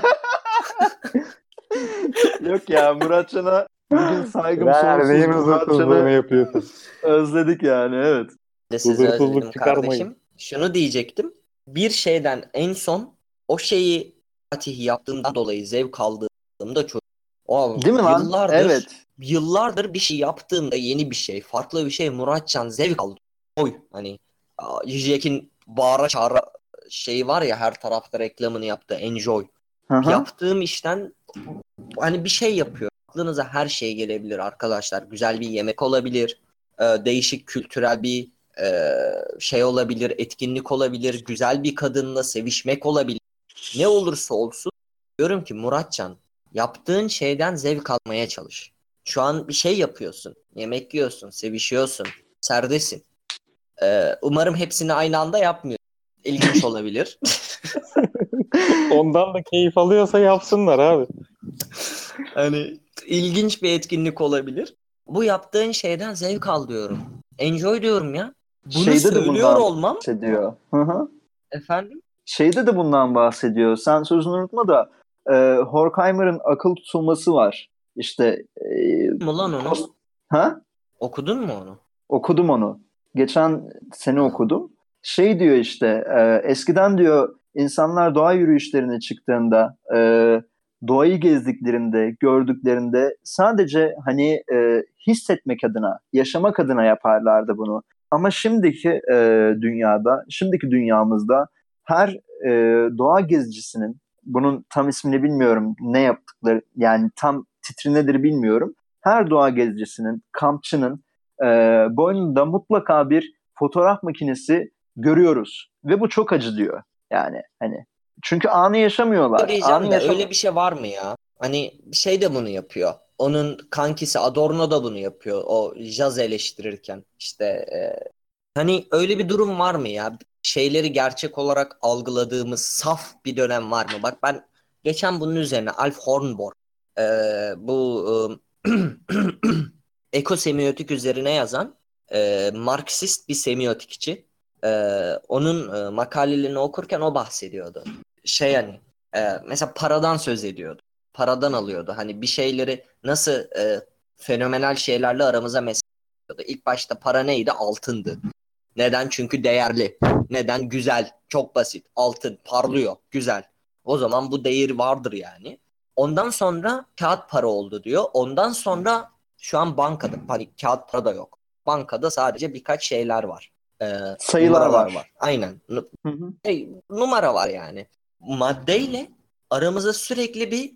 yok ya Muratcan'a bugün saygım Ver neyin sonsuz. huzursuzluğunu Muratcan'ı yapıyorsun. özledik yani evet. de sizi Huzursuzluk özledim çıkarmayın. kardeşim. Şunu diyecektim. Bir şeyden en son o şeyi Fatih yaptığımdan dolayı zevk aldığımda çok o Değil mi lan? yıllardır Evet. yıllardır bir şey yaptığımda yeni bir şey, farklı bir şey Muratcan zevk aldı. Oy hani aa, Jack'in bağıra çağıra şeyi var ya her tarafta reklamını yaptı. Enjoy. Hı hı. Yaptığım işten hani bir şey yapıyor. Aklınıza her şey gelebilir arkadaşlar. Güzel bir yemek olabilir. e, değişik kültürel bir e, şey olabilir. Etkinlik olabilir. Güzel bir kadınla sevişmek olabilir. Ne olursa olsun diyorum ki Muratcan yaptığın şeyden zevk almaya çalış. Şu an bir şey yapıyorsun. Yemek yiyorsun. Sevişiyorsun. Serdesin. E, umarım hepsini aynı anda yapmıyor. İlginç olabilir. Ondan da keyif alıyorsa yapsınlar abi. Hani ilginç bir etkinlik olabilir. Bu yaptığın şeyden zevk al diyorum. Enjoy diyorum ya. Bunu Şeyde de söylüyor bundan olmam bahsediyor. Hı hı. efendim. Şeyde de bundan bahsediyor. Sen sözünü unutma da e, Horkheimer'ın akıl tutulması var. İşte e, Mu lan onu? post- ha? Okudun mu onu? Okudum onu. Geçen sene okudum. Şey diyor işte e, eskiden diyor insanlar doğa yürüyüşlerine çıktığında e, doğayı gezdiklerinde gördüklerinde sadece hani e, hissetmek adına yaşamak adına yaparlardı bunu. Ama şimdiki e, dünyada şimdiki dünyamızda her e, doğa gezicisinin bunun tam ismini bilmiyorum ne yaptıkları yani tam titri nedir bilmiyorum. Her doğa gezicisinin kampçının e, boynunda mutlaka bir fotoğraf makinesi görüyoruz ve bu çok acı diyor. Yani hani çünkü anı Ne yaşamıyorlar. Anı diyeceğim de yaşam öyle bir şey var mı ya? Hani şey de bunu yapıyor. Onun kankisi Adorno da bunu yapıyor. O jaz eleştirirken işte e, hani öyle bir durum var mı ya? şeyleri gerçek olarak algıladığımız saf bir dönem var mı? Bak ben geçen bunun üzerine Alf Hornborg e, bu e, ekosemiotik üzerine yazan e, Marksist bir semiotikçi. E, onun e, makalelerini okurken o bahsediyordu. Şey hani e, mesela paradan söz ediyordu. Paradan alıyordu. Hani bir şeyleri nasıl e, fenomenal şeylerle aramıza mesafe koyuyordu. İlk başta para neydi? Altındı. Neden? Çünkü değerli. Neden? Güzel. Çok basit. Altın. Parlıyor. Güzel. O zaman bu değer vardır yani. Ondan sonra kağıt para oldu diyor. Ondan sonra şu an bankada hani kağıt para da yok. Bankada sadece birkaç şeyler var. Ee, Sayılar numaralar var. var. Aynen. Nu- Hı hı. şey, numara var yani. Maddeyle aramıza sürekli bir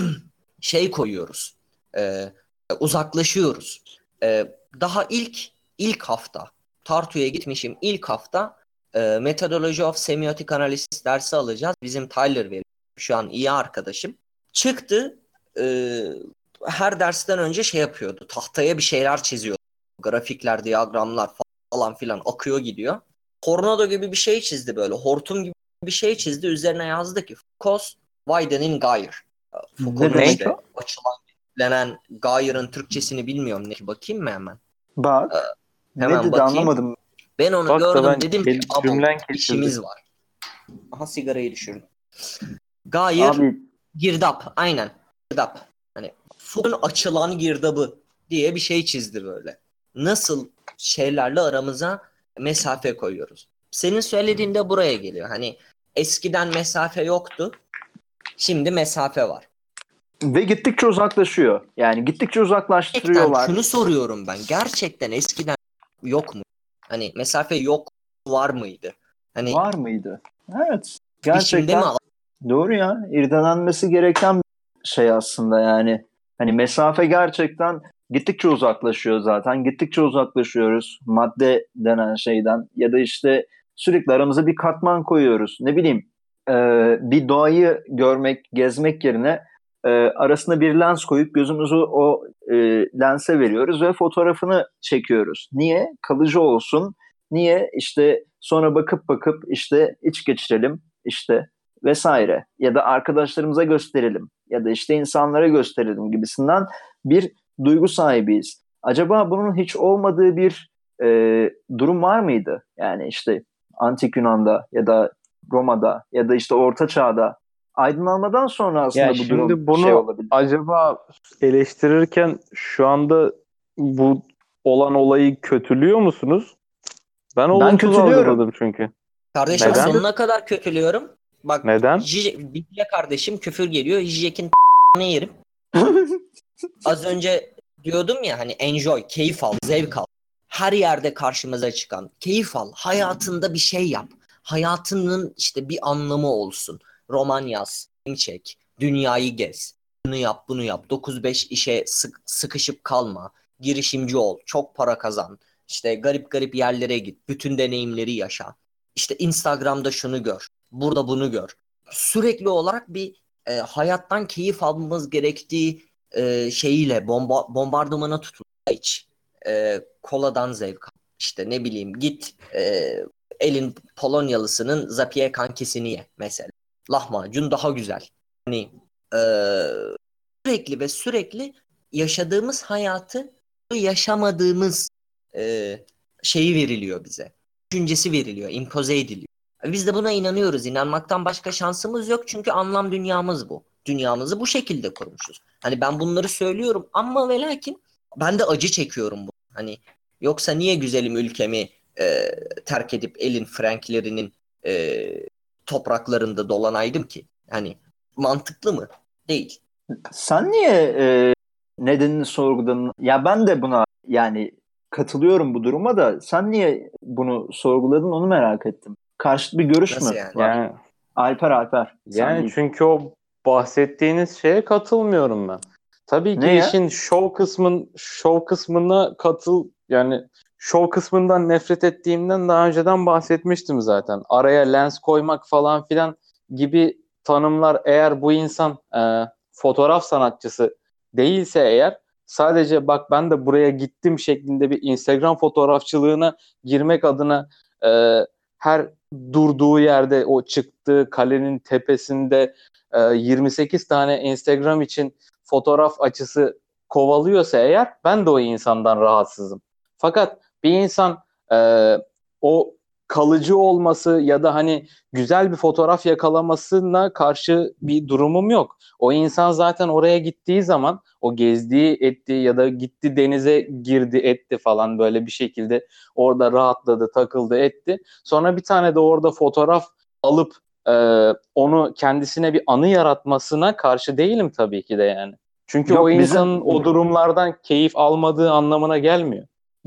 şey koyuyoruz. Ee, uzaklaşıyoruz. Ee, daha ilk ilk hafta Tartu'ya gitmişim. İlk hafta e, Methodology of Semiotic Analysis dersi alacağız. Bizim Tyler veriyor. Şu an iyi arkadaşım. Çıktı. e, her dersten önce şey yapıyordu. Tahtaya bir şeyler çiziyor. Grafikler, diyagramlar falan filan akıyor gidiyor. Tornado gibi bir şey çizdi böyle. Hortum gibi bir şey çizdi. Üzerine yazdı ki Foucault's Widening Gyre. Foucault'un demek işte o? açılan denen Gyre'ın Türkçesini bilmiyorum. Ne? Bakayım mı hemen? Bak. Hemen Ne dedi bakayım. anlamadım. Ben onu Bak da gördüm ben dedim ki kel- "Abo, cümlen kesildi." işimiz var. Aha sigarayı düşürdüm. Gyre Abi girdap. Aynen. Girdap. Hani Foucault'un açılan girdabı diye bir şey çizdi böyle. Nasıl şeylerle aramıza mesafe koyuyoruz. Senin söylediğin de buraya geliyor. Hani eskiden mesafe yoktu. Şimdi mesafe var. ve gittikçe uzaklaşıyor. Yani gittikçe Gerçekten uzaklaştırıyorlar. şunu soruyorum ben. Gerçekten eskiden yok mu? Hani mesafe yok var mıydı? Hani Var mıydı? Evet. şimdi Gerçekten mi doğru ya. İrdelenmesi gereken bir şey aslında yani. Hani mesafe gerçekten gittikçe uzaklaşıyor zaten. Gittikçe uzaklaşıyoruz madde denen şeyden. Ya da işte sürekli aramıza bir katman koyuyoruz. Ne bileyim e, bir doğayı görmek, gezmek yerine e, arasına bir lens koyup gözümüzü o e, lense veriyoruz ve fotoğrafını çekiyoruz. Niye? Kalıcı olsun. Niye? İşte sonra bakıp bakıp işte iç geçirelim işte vesaire ya da arkadaşlarımıza gösterelim ya da işte insanlara gösterelim gibisinden bir duygu sahibiyiz. Acaba bunun hiç olmadığı bir e, durum var mıydı? Yani işte Antik Yunan'da ya da Roma'da ya da işte Orta Çağ'da aydınlanmadan sonra aslında Ya bu durum şimdi bunu şey olabilir. acaba eleştirirken şu anda bu olan olayı kötülüyor musunuz? Ben olumsuz kötülüyorum. algıladım çünkü. Kardeşim Neden? sonuna kadar kötülüyorum. Bak Neden? J- Bilge kardeşim küfür geliyor. Jijek'in ne yerim. Az önce diyordum ya hani enjoy, keyif al, zevk al. Her yerde karşımıza çıkan keyif al. Hayatında bir şey yap. Hayatının işte bir anlamı olsun. Roman yaz, film çek, dünyayı gez. Bunu yap, bunu yap. dokuz beş işe sık, sıkışıp kalma. Girişimci ol, çok para kazan. İşte garip garip yerlere git. Bütün deneyimleri yaşa. İşte Instagram'da şunu gör. Burada bunu gör. Sürekli olarak bir e, hayattan keyif almamız gerektiği e, şeyiyle bomba, bombardımana tutulduğu hiç e, koladan zevk al. İşte ne bileyim git e, elin Polonyalısının Zapiye kankesini ye mesela. Lahmacun daha güzel. Hani e, sürekli ve sürekli yaşadığımız hayatı yaşamadığımız e, şeyi veriliyor bize. Düşüncesi veriliyor, empoze ediliyor. Biz de buna inanıyoruz. İnanmaktan başka şansımız yok çünkü anlam dünyamız bu. Dünyamızı bu şekilde kurmuşuz. Hani ben bunları söylüyorum ama ve lakin ben de acı çekiyorum bu. Hani yoksa niye güzelim ülkemi e, terk edip elin Franklerinin e, topraklarında dolanaydım ki? Hani mantıklı mı? Değil. Sen niye e, nedenini sorguladın? Ya ben de buna yani katılıyorum bu duruma da sen niye bunu sorguladın onu merak ettim. Karşıt bir görüş Nasıl mü yani? var? Yani Alper Alper. Sen yani değil. çünkü o bahsettiğiniz şeye katılmıyorum ben. Tabii ki Ne ya? işin şov kısmın şov kısmına katıl yani şov kısmından nefret ettiğimden daha önceden bahsetmiştim zaten. Araya lens koymak falan filan gibi tanımlar eğer bu insan e, fotoğraf sanatçısı değilse eğer sadece bak ben de buraya gittim şeklinde bir Instagram fotoğrafçılığına girmek adına e, her durduğu yerde o çıktığı kalenin tepesinde e, yirmi sekiz tane Instagram için fotoğraf açısı kovalıyorsa eğer ben de o insandan rahatsızım. Fakat bir insan e, o kalıcı olması ya da hani güzel bir fotoğraf yakalamasına karşı bir durumum yok. O insan zaten oraya gittiği zaman o gezdiği ettiği ya da gitti denize girdi etti falan böyle bir şekilde orada rahatladı takıldı etti. Sonra bir tane de orada fotoğraf alıp e, onu kendisine bir anı yaratmasına karşı değilim tabii ki de yani. Çünkü Yok, o bizim- insanın o durumlardan keyif almadığı anlamına gelmiyor.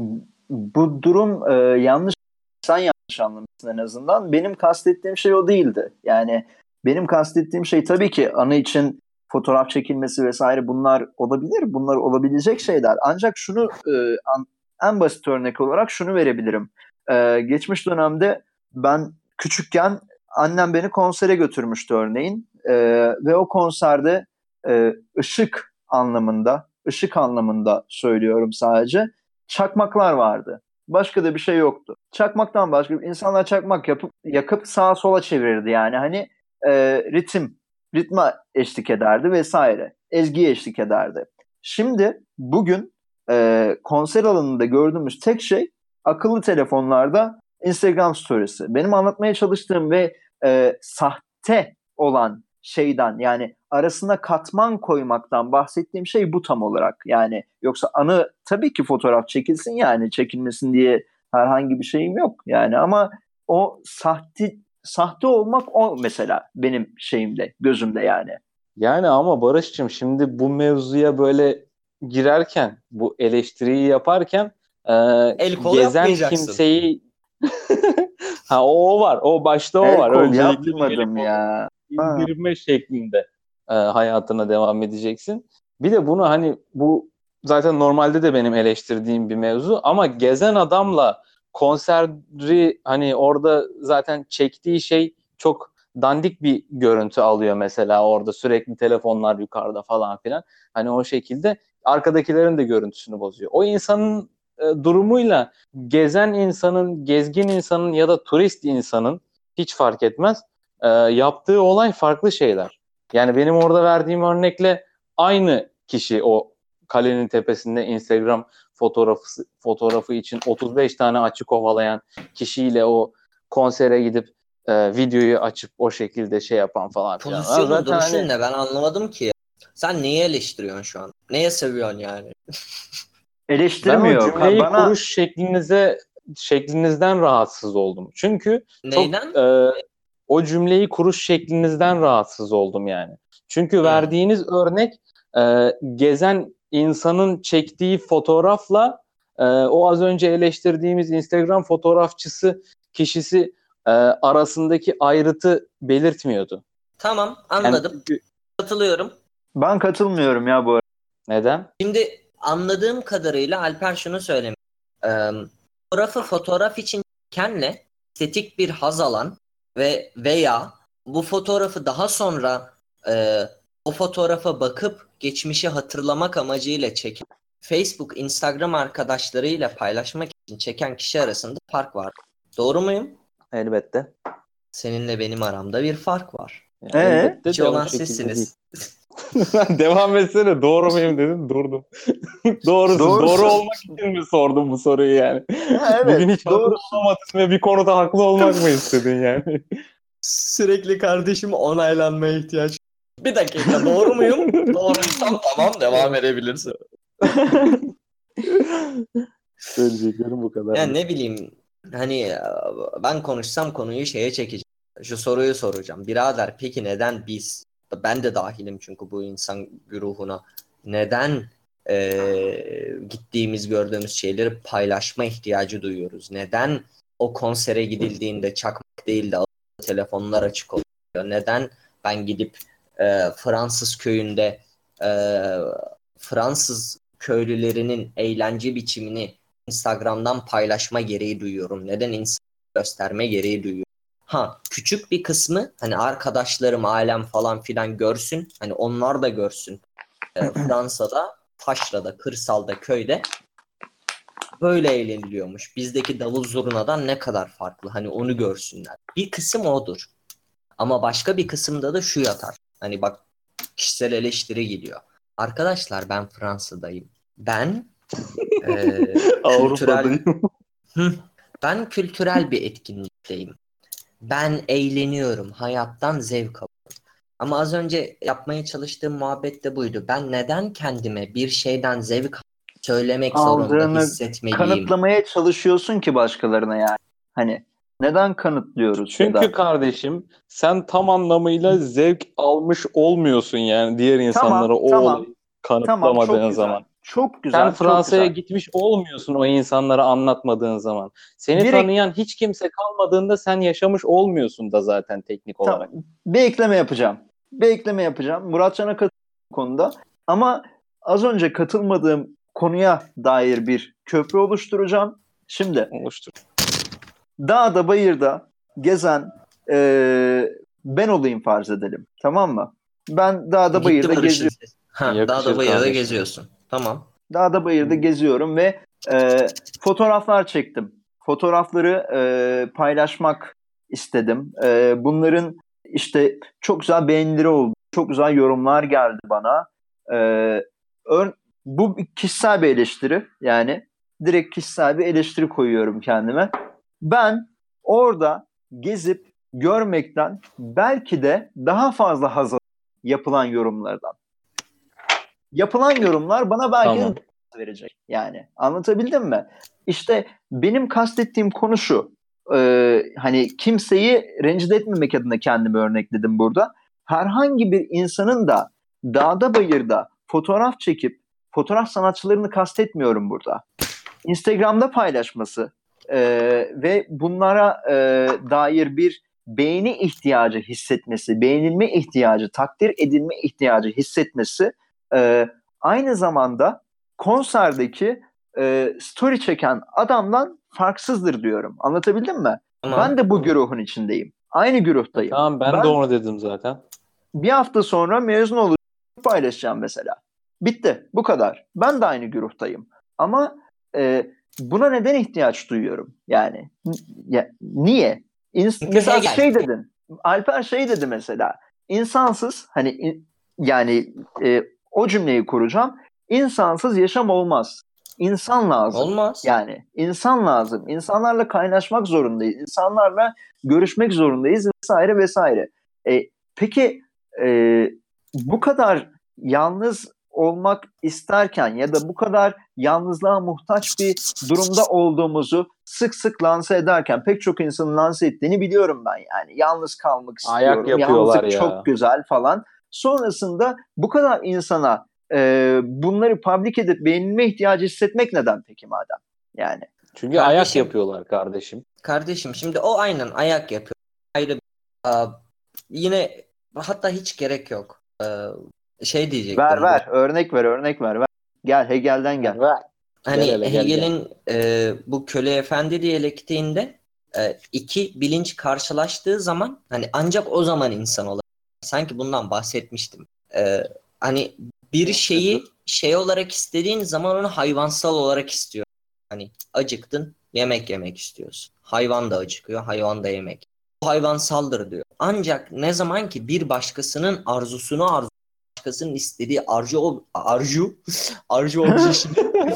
Bu durum e, yanlış, sen yanlış anlamışsın en azından. Benim kastettiğim şey o değildi. Yani benim kastettiğim şey tabii ki anı için fotoğraf çekilmesi vesaire bunlar olabilir. Bunlar olabilecek şeyler. Ancak şunu e, an, en basit örnek olarak şunu verebilirim. E, geçmiş dönemde ben küçükken annem beni konsere götürmüştü örneğin. E, ve o konserde e, ışık anlamında, ışık anlamında söylüyorum sadece. Çakmaklar vardı. Başka da bir şey yoktu. Çakmaktan başka insanlar çakmak yapıp yakıp sağa sola çevirirdi yani. Hani e, ritim, ritme eşlik ederdi vesaire. Ezgiye eşlik ederdi. Şimdi bugün e, konser alanında gördüğümüz tek şey akıllı telefonlarda Instagram storiesi. Benim anlatmaya çalıştığım ve e, sahte olan şeyden yani arasına katman koymaktan bahsettiğim şey bu tam olarak. Yani yoksa anı tabii ki fotoğraf çekilsin yani çekilmesin diye herhangi bir şeyim yok yani ama o sahte sahte olmak o mesela benim şeyimde gözümde yani. Yani ama Barış'cığım şimdi bu mevzuya böyle girerken bu eleştiriyi yaparken e, El kol gezen yapmayacaksın. kimseyi ha o, o var. O başta o El var. kol Öncelikle bir el yapmadım kol ya. Ha. indirme şeklinde e, hayatına devam edeceksin. Bir de bunu hani bu zaten normalde de benim eleştirdiğim bir mevzu ama gezen adamla konseri hani orada zaten çektiği şey çok dandik bir görüntü alıyor mesela orada sürekli telefonlar yukarıda falan filan. Hani o şekilde arkadakilerin de görüntüsünü bozuyor. O insanın e, durumuyla gezen insanın, gezgin insanın ya da turist insanın hiç fark etmez. E, yaptığı olay farklı şeyler. Yani benim orada verdiğim örnekle aynı kişi o kalenin tepesinde Instagram fotoğrafı fotoğrafı için otuz beş tane açı kovalayan kişiyle o konsere gidip e, videoyu açıp o şekilde şey yapan falan filan. Pozisyonun Zaten duruşun hani, ne? Ben anlamadım ki. Sen neyi eleştiriyorsun şu an? Neye seviyorsun yani? ben o Eleştirmiyor. cümleyi Bana kuruş şeklinize şeklinizden rahatsız oldum. Çünkü Neyden? çok e, o cümleyi kuruş şeklinizden rahatsız oldum yani. Çünkü Hı. verdiğiniz örnek e, gezen insanın çektiği fotoğrafla e, o az önce eleştirdiğimiz Instagram fotoğrafçısı kişisi e, arasındaki ayrıtı belirtmiyordu. Tamam, Yani anladım. çünkü Katılıyorum. ben katılmıyorum ya bu arada. neden? Şimdi anladığım kadarıyla Alper şunu söylemiş. Ee, fotoğrafı fotoğraf için çekenle estetik bir haz alan ve veya bu fotoğrafı daha sonra e, o fotoğrafa bakıp geçmişi hatırlamak amacıyla çeken Facebook, Instagram arkadaşlarıyla paylaşmak için çeken kişi arasında fark var. Doğru muyum? Elbette. Seninle benim aramda bir fark var. Yani Ee? elbette Hiç de o olan şekilde sizsiniz. değil. Devam etsene. Doğru muyum dedin. Durdum. Doğrusu. Doğrusu. Doğru olmak için mi sordun bu soruyu yani? Ha, evet, Bugün hiç haklı doğrusu. olamadın ve bir konuda haklı olmak mı istedin yani? Sürekli kardeşim onaylanmaya ihtiyaç. Bir dakika, doğru muyum? Doğruysam tamam, devam edebilirsin. Söyleyeceklerim bu kadar. Yani ne bileyim, hani ben konuşsam konuyu şeye çekeceğim. Şu soruyu soracağım. Birader, peki neden biz, ben de dahilim çünkü bu insan güruhuna, neden eee, gittiğimiz gördüğümüz şeyleri paylaşma ihtiyacı duyuyoruz? Neden o konsere gidildiğinde çakmak değil de telefonlar açık oluyor? Neden ben gidip e, Fransız köyünde e, Fransız köylülerinin eğlence biçimini Instagram'dan paylaşma gereği duyuyorum? Neden insan gösterme gereği duyuyorum? Ha, küçük bir kısmı hani arkadaşlarım, ailem falan filan görsün. Hani onlar da görsün. E, Fransa'da, taşrada, kırsalda, köyde böyle eğleniliyormuş. Bizdeki davul zurnadan ne kadar farklı. Hani onu görsünler. Bir kısım odur. Ama başka bir kısımda da şu yatar. Hani bak kişisel eleştiri gidiyor. Arkadaşlar ben Fransa'dayım. Ben e, kültürel Avrupa'dayım. Hı, ben kültürel bir etkinlikteyim. Ben eğleniyorum. Hayattan zevk alıyorum. Ama az önce yapmaya çalıştığım muhabbet de buydu. Ben neden kendime bir şeyden zevk söylemek zorunda Aldığını hissetmeliyim? kanıtlamaya çalışıyorsun ki başkalarına yani. Hani neden kanıtlıyoruz ya Çünkü da kardeşim sen tam anlamıyla zevk almış olmuyorsun yani diğer insanlara tamam o tamam olayı tamam kanıtlamadığın çok güzel. zaman. Çok Sen güzel, çok Fransa'ya güzel. gitmiş olmuyorsun o insanlara anlatmadığın zaman. Seni Bir ek- tanıyan hiç kimse kalmadığında sen yaşamış olmuyorsun da zaten teknik olarak. Tamam. Bir ekleme yapacağım. Bir ekleme yapacağım. Muratcan'a katılıyorum bu konuda. Ama az önce katılmadığım konuya dair bir köprü oluşturacağım. Şimdi Oluştur. dağda bayırda gezen eee, ben olayım farz edelim. Tamam mı? Ben dağda Gitti bayırda Barış'ın geziyorum. sesi. Ha, Yakışır dağda bayırda kardeşim. geziyorsun. Tamam. Dağda bayırda geziyorum ve eee, fotoğraflar çektim. Fotoğrafları eee, paylaşmak istedim. Eee, bunların işte çok güzel beğenileri oldu. Çok güzel yorumlar geldi bana. Eee, ör- bu bir kişisel bir eleştiri. Yani direkt kişisel bir eleştiri koyuyorum kendime. Ben orada gezip görmekten belki de daha fazla haz alıyorum yapılan yorumlardan. Yapılan yorumlar bana belki Tamam. de verecek. Yani anlatabildim mi? İşte benim kastettiğim konu şu. Ee, hani kimseyi rencide etmemek adına kendimi örnekledim burada. Herhangi bir insanın da dağda bayırda fotoğraf çekip fotoğraf sanatçılarını kastetmiyorum burada. Instagram'da paylaşması e, ve bunlara e, dair bir beğeni ihtiyacı hissetmesi, beğenilme ihtiyacı, takdir edilme ihtiyacı hissetmesi e, aynı zamanda konserdeki e, story çeken adamdan farksızdır diyorum. Anlatabildim mi? Tamam. Ben de bu güruhun içindeyim. Aynı güruhtayım. Tamam ben, Ben de onu dedim zaten. bir hafta sonra mezun olacağım, paylaşacağım mesela. Bitti. Bu kadar. Ben de aynı güruhtayım. Ama e, buna neden ihtiyaç duyuyorum? Yani n- ya, niye? İns- Çünkü mesela Hegel. şey dedin. Alper şey dedi mesela. İnsansız hani in- yani e, o cümleyi kuracağım. İnsansız yaşam olmaz. İnsan lazım. Olmaz. Yani insan lazım. İnsanlarla kaynaşmak zorundayız. İnsanlarla görüşmek zorundayız vesaire vesaire. E, peki e, bu kadar yalnız olmak isterken ya da bu kadar yalnızlığa muhtaç bir durumda olduğumuzu sık sık lanse ederken pek çok insanın lanse ettiğini biliyorum ben yani. Yalnız kalmak Ayak istiyorum. yapıyorlar Yalnızlık ya. çok güzel falan. Sonrasında bu kadar insana e, bunları public edip beğenilme ihtiyacı hissetmek neden peki madem? Yani. Çünkü Kardeşim- ayak yapıyorlar kardeşim. Kardeşim şimdi o aynen ayak yapıyor. Ayrı bir- Aa, yine hatta hiç gerek yok. Ee, şey diyecektim. Ver bu. ver örnek ver örnek ver. ver. Gel Hegel'den gel. Hani Gel hele, gel, Hegel'in e, bu köle efendi diyalektiğinde e, iki bilinç karşılaştığı zaman hani ancak o zaman insan olur. Sanki bundan bahsetmiştim. E, hani bir şeyi şey olarak istediğin zaman onu hayvansal olarak istiyor. Hani acıktın, yemek yemek istiyorsun. Hayvan da acıkıyor, hayvan da yemek. Bu hayvansaldır diyor. Ancak ne zaman ki bir başkasının arzusunu arzu başkasının istediği arzu arzu arzu objesini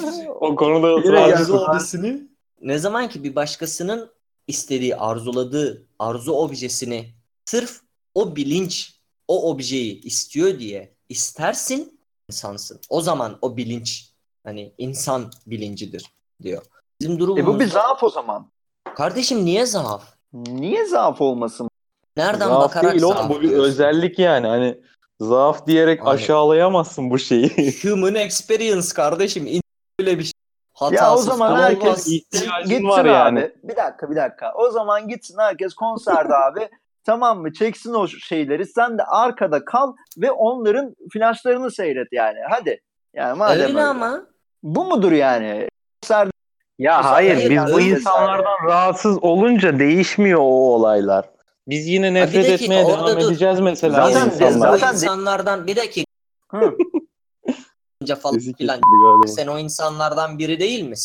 O konuda Yine ısrar- gel. arzu objesini ne zaman ki bir başkasının istediği arzuladığı arzu objesini sırf o bilinç o objeyi istiyor diye istersin insansın. O zaman o bilinç hani insan bilincidir diyor. Bizim E durumumuzda bu bir zaaf o zaman. kardeşim niye zaaf? Niye zaaf olmasın? Nereden Zaaf bakarak değil oğlum zaaf bu bir diyorsun? özellik yani. Hani zaaf diyerek Hani- aşağılayamazsın bu şeyi. Human experience kardeşim. İn- Öyle bir şey. Ya o Hatasız zaman falan herkes olmaz. ihtiyacın gitsin var abi. yani. Bir dakika bir dakika. O zaman gitsin herkes konserde abi. Tamam mı? Çeksin o şeyleri. Sen de arkada kal ve onların flaşlarını seyret yani. Hadi. Yani madem Öyle öyle. ama. Bu mudur yani? Konserde Ya hayır, hayır biz bu öyle insanlardan rahatsız olunca değişmiyor o olaylar. Biz yine Ha, nefret bir dakika, etmeye orada devam dur. edeceğiz mesela Zaten- o insanlara. o zaten- insanlardan bir dakika Hı. falan Sesi filan. kesildi galiba. Sen o insanlardan biri değil misin?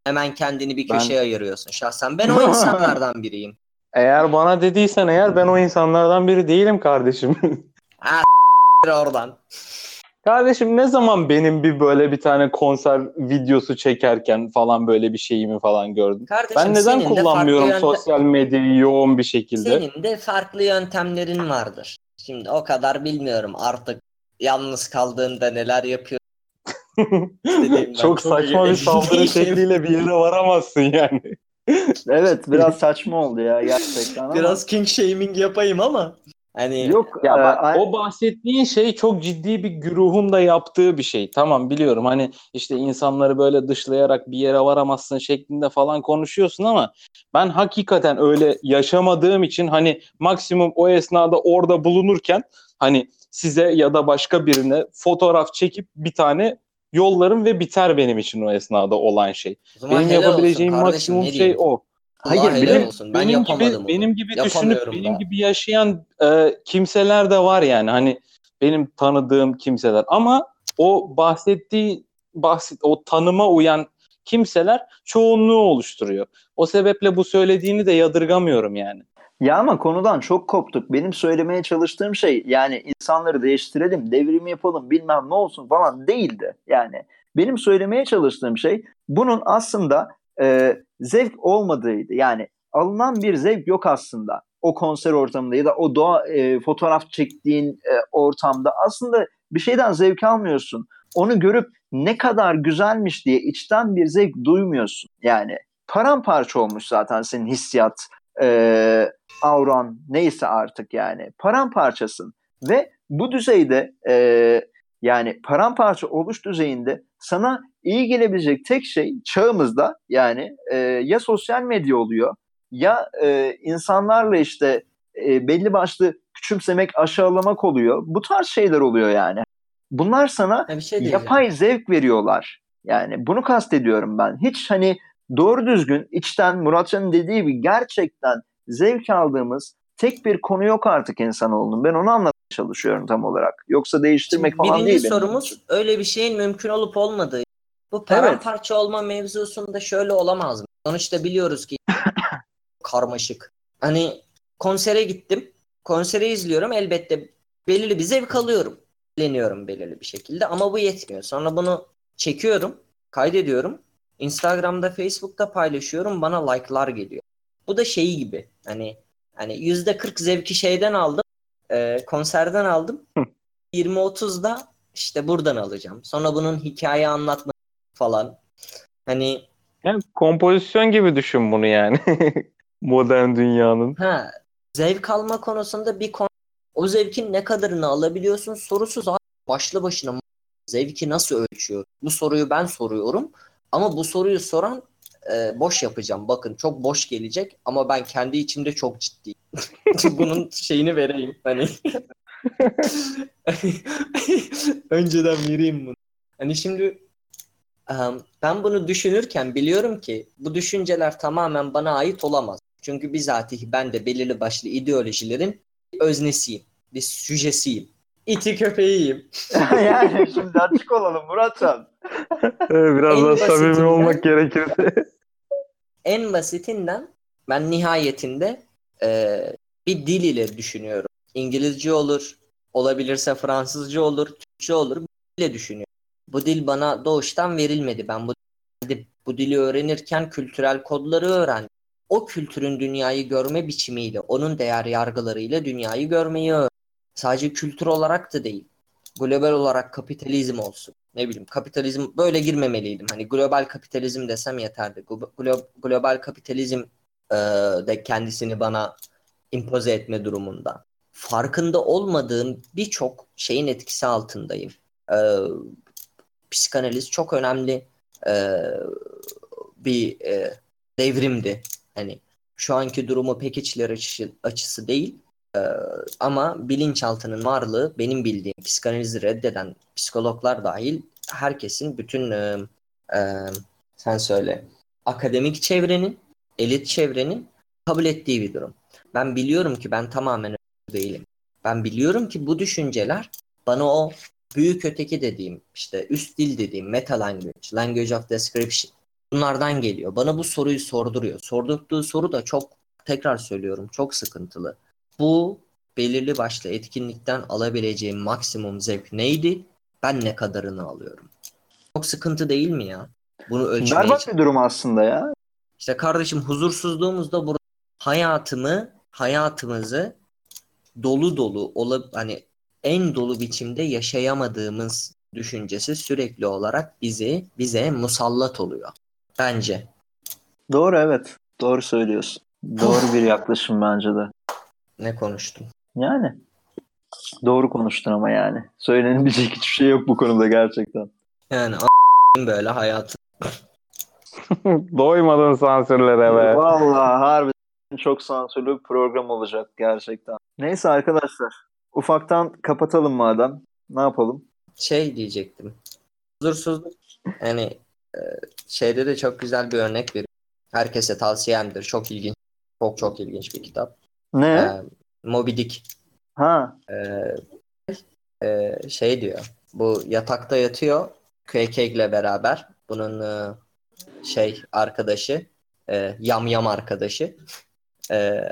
Hemen kendini bir Ben- köşeye ayırıyorsun şahsen. Ben o insanlardan biriyim. Eğer bana dediysen eğer ben o insanlardan biri değilim kardeşim. Ha oradan. Kardeşim ne zaman benim bir böyle bir tane konser videosu çekerken falan böyle bir şeyimi falan gördün? Kardeşim Ben neden senin de farklı kullanmıyorum yönte- sosyal medyayı yoğun bir şekilde? Senin de farklı yöntemlerin vardır. Şimdi o kadar bilmiyorum artık yalnız kaldığında neler yapıyorsun. İstediğimden Çok çok saçma bir emin saldırı değilim. şekliyle bir yere varamazsın yani. Evet, biraz saçma oldu ya gerçekten ama. Biraz king shaming yapayım ama hani Yok Ya e, bak ay- o bahsettiğin şey çok ciddi bir güruhun da yaptığı bir şey. Tamam biliyorum hani işte insanları böyle dışlayarak bir yere varamazsın şeklinde falan konuşuyorsun ama ben hakikaten öyle yaşamadığım için hani maksimum o esnada orada bulunurken hani size ya da başka birine fotoğraf çekip bir tane yollarım ve biter benim için o esnada olan şey. o zaman Benim helal olsun yapabileceğim kardeşim, maksimum ne şey diyeyim. o. Allah Hayır, helal benim- olsun. Ben benim yapamadım gibi onu. benim gibi düşünüp Yapamıyorum benim daha. gibi yaşayan e, kimseler de var yani hani benim tanıdığım kimseler ama o bahsettiği bahset o tanıma uyan kimseler çoğunluğu oluşturuyor. O sebeple bu söylediğini de yadırgamıyorum yani. Ya ama konudan çok koptuk. Benim söylemeye çalıştığım şey yani insanları değiştirelim, devrimi yapalım, bilmem ne olsun falan değildi. Yani benim söylemeye çalıştığım şey bunun aslında e, zevk olmadığıydı. Yani alınan bir zevk yok aslında o konser ortamında ya da o doğa e, fotoğraf çektiğin e, ortamda. Aslında bir şeyden zevk almıyorsun. Onu görüp ne kadar güzelmiş diye içten bir zevk duymuyorsun. Yani paramparça olmuş zaten senin hissiyat e, avran neyse artık yani paramparçasın ve bu düzeyde e, yani paramparça oluş düzeyinde sana iyi gelebilecek tek şey çağımızda yani e, ya sosyal medya oluyor ya e, insanlarla işte e, belli başlı küçümsemek, aşağılamak oluyor. Bu tarz şeyler oluyor yani. Bunlar sana Ha, bir şey diyeceğim. yapay zevk veriyorlar. Yani bunu kastediyorum ben. Hiç hani doğru düzgün içten Muratcan'ın dediği gibi gerçekten zevk aldığımız tek bir konu yok artık insanoğlunun. Ben onu anlatmaya çalışıyorum tam olarak. Yoksa değiştirmek Şimdi falan birinci değil benim sorumuz için. öyle bir şeyin mümkün olup olmadığı. Bu paramparça olma mevzusunda şöyle olamaz mı? Sonuçta biliyoruz ki karmaşık. Hani konsere gittim. Konseri izliyorum. Elbette belirli bir zevk alıyorum. Eğleniyorum belirli bir şekilde ama bu yetmiyor. Sonra bunu çekiyorum, kaydediyorum. Instagram'da, Facebook'ta paylaşıyorum. Bana like'lar geliyor. Bu da şey gibi. Hani hani yüzde kırk zevki şeyden aldım. e, konserden aldım. yirmi otuz da işte buradan alacağım. Sonra bunun hikaye anlatma falan. Hani Yani kompozisyon gibi düşün bunu yani. Modern dünyanın. ha zevk alma konusunda bir konu, o zevkin ne kadarını alabiliyorsun sorusu zaten başlı başına zevki nasıl ölçüyor? Bu soruyu ben soruyorum ama bu soruyu soran e, boş yapacağım. Bakın çok boş gelecek ama ben kendi içimde çok ciddiyim. Bunun şeyini vereyim. Hani önceden vereyim bunu. Hani şimdi um, ben bunu düşünürken biliyorum ki bu düşünceler tamamen bana ait olamaz. Çünkü bizatihi ben de belirli başlı ideolojilerin öznesiyim. Bir süjesiyim. İti köpeğiyim. Yani şimdi açık olalım Muratcan. Biraz En daha samimi basitinden- olmak gerekirse. En basitinden ben nihayetinde e, bir dil ile düşünüyorum. İngilizce olur, olabilirse Fransızca olur, Türkçe olur. Bu dille düşünüyorum. Bu dil bana doğuştan verilmedi. Ben bu, bu dili öğrenirken kültürel kodları öğrendim. O kültürün dünyayı görme biçimiyle, onun değer yargılarıyla dünyayı görmeyi öğrendim. Sadece kültür olarak da değil. Global olarak kapitalizm olsun. Ne bileyim kapitalizm böyle girmemeliydim. Hani global kapitalizm desem yeterdi. Glo- global kapitalizm e, de kendisini bana impoze etme durumunda. Farkında olmadığım birçok şeyin etkisi altındayım. E, psikanaliz çok önemli e, bir e, devrimdi. Hani şu anki durumu pek içler açısı, açısı değil. E, ama bilinçaltının varlığı benim bildiğim psikanalizi reddeden psikologlar dahil herkesin bütün e, e, sen söyle akademik çevrenin, elit çevrenin kabul ettiği bir durum. Ben biliyorum ki ben tamamen öyle değilim. Ben biliyorum ki bu düşünceler bana o büyük öteki dediğim işte üst dil dediğim meta language, language of description Bunlardan geliyor. Bana bu soruyu sorduruyor. Sordurduğu soru da çok, tekrar söylüyorum, çok sıkıntılı. Bu belirli başlı etkinlikten alabileceğim maksimum zevk neydi? Ben ne kadarını alıyorum? Çok sıkıntı değil mi ya? Bunu ölçmeye Berbat çalış- bir durum aslında ya. İşte kardeşim, huzursuzluğumuz da burada. Hayatımı, hayatımızı dolu dolu olup hani en dolu biçimde yaşayamadığımız düşüncesi sürekli olarak bizi bize musallat oluyor. Bence. Doğru, evet. Doğru söylüyorsun. Doğru bir yaklaşım bence de. Ne konuştum? Yani doğru konuştun ama yani. Söylenebilecek hiçbir şey yok bu konuda gerçekten. Yani a- böyle hayatı. Doymadın sansürlere be. Vallahi harbiden çok sansürlü bir program olacak gerçekten. Neyse arkadaşlar. Ufaktan kapatalım madem. Ne yapalım? Şey diyecektim. Huzursuzluk. Yani e, şeyde de çok güzel bir örnek veriyorum. Herkese tavsiyemdir. Çok ilginç. Çok çok ilginç bir kitap. Ne? E, Moby Dick. Ha. E, e, şey diyor. Bu yatakta yatıyor. Queequeg ile beraber. Bunun e, şey arkadaşı. E, yam yam arkadaşı. E,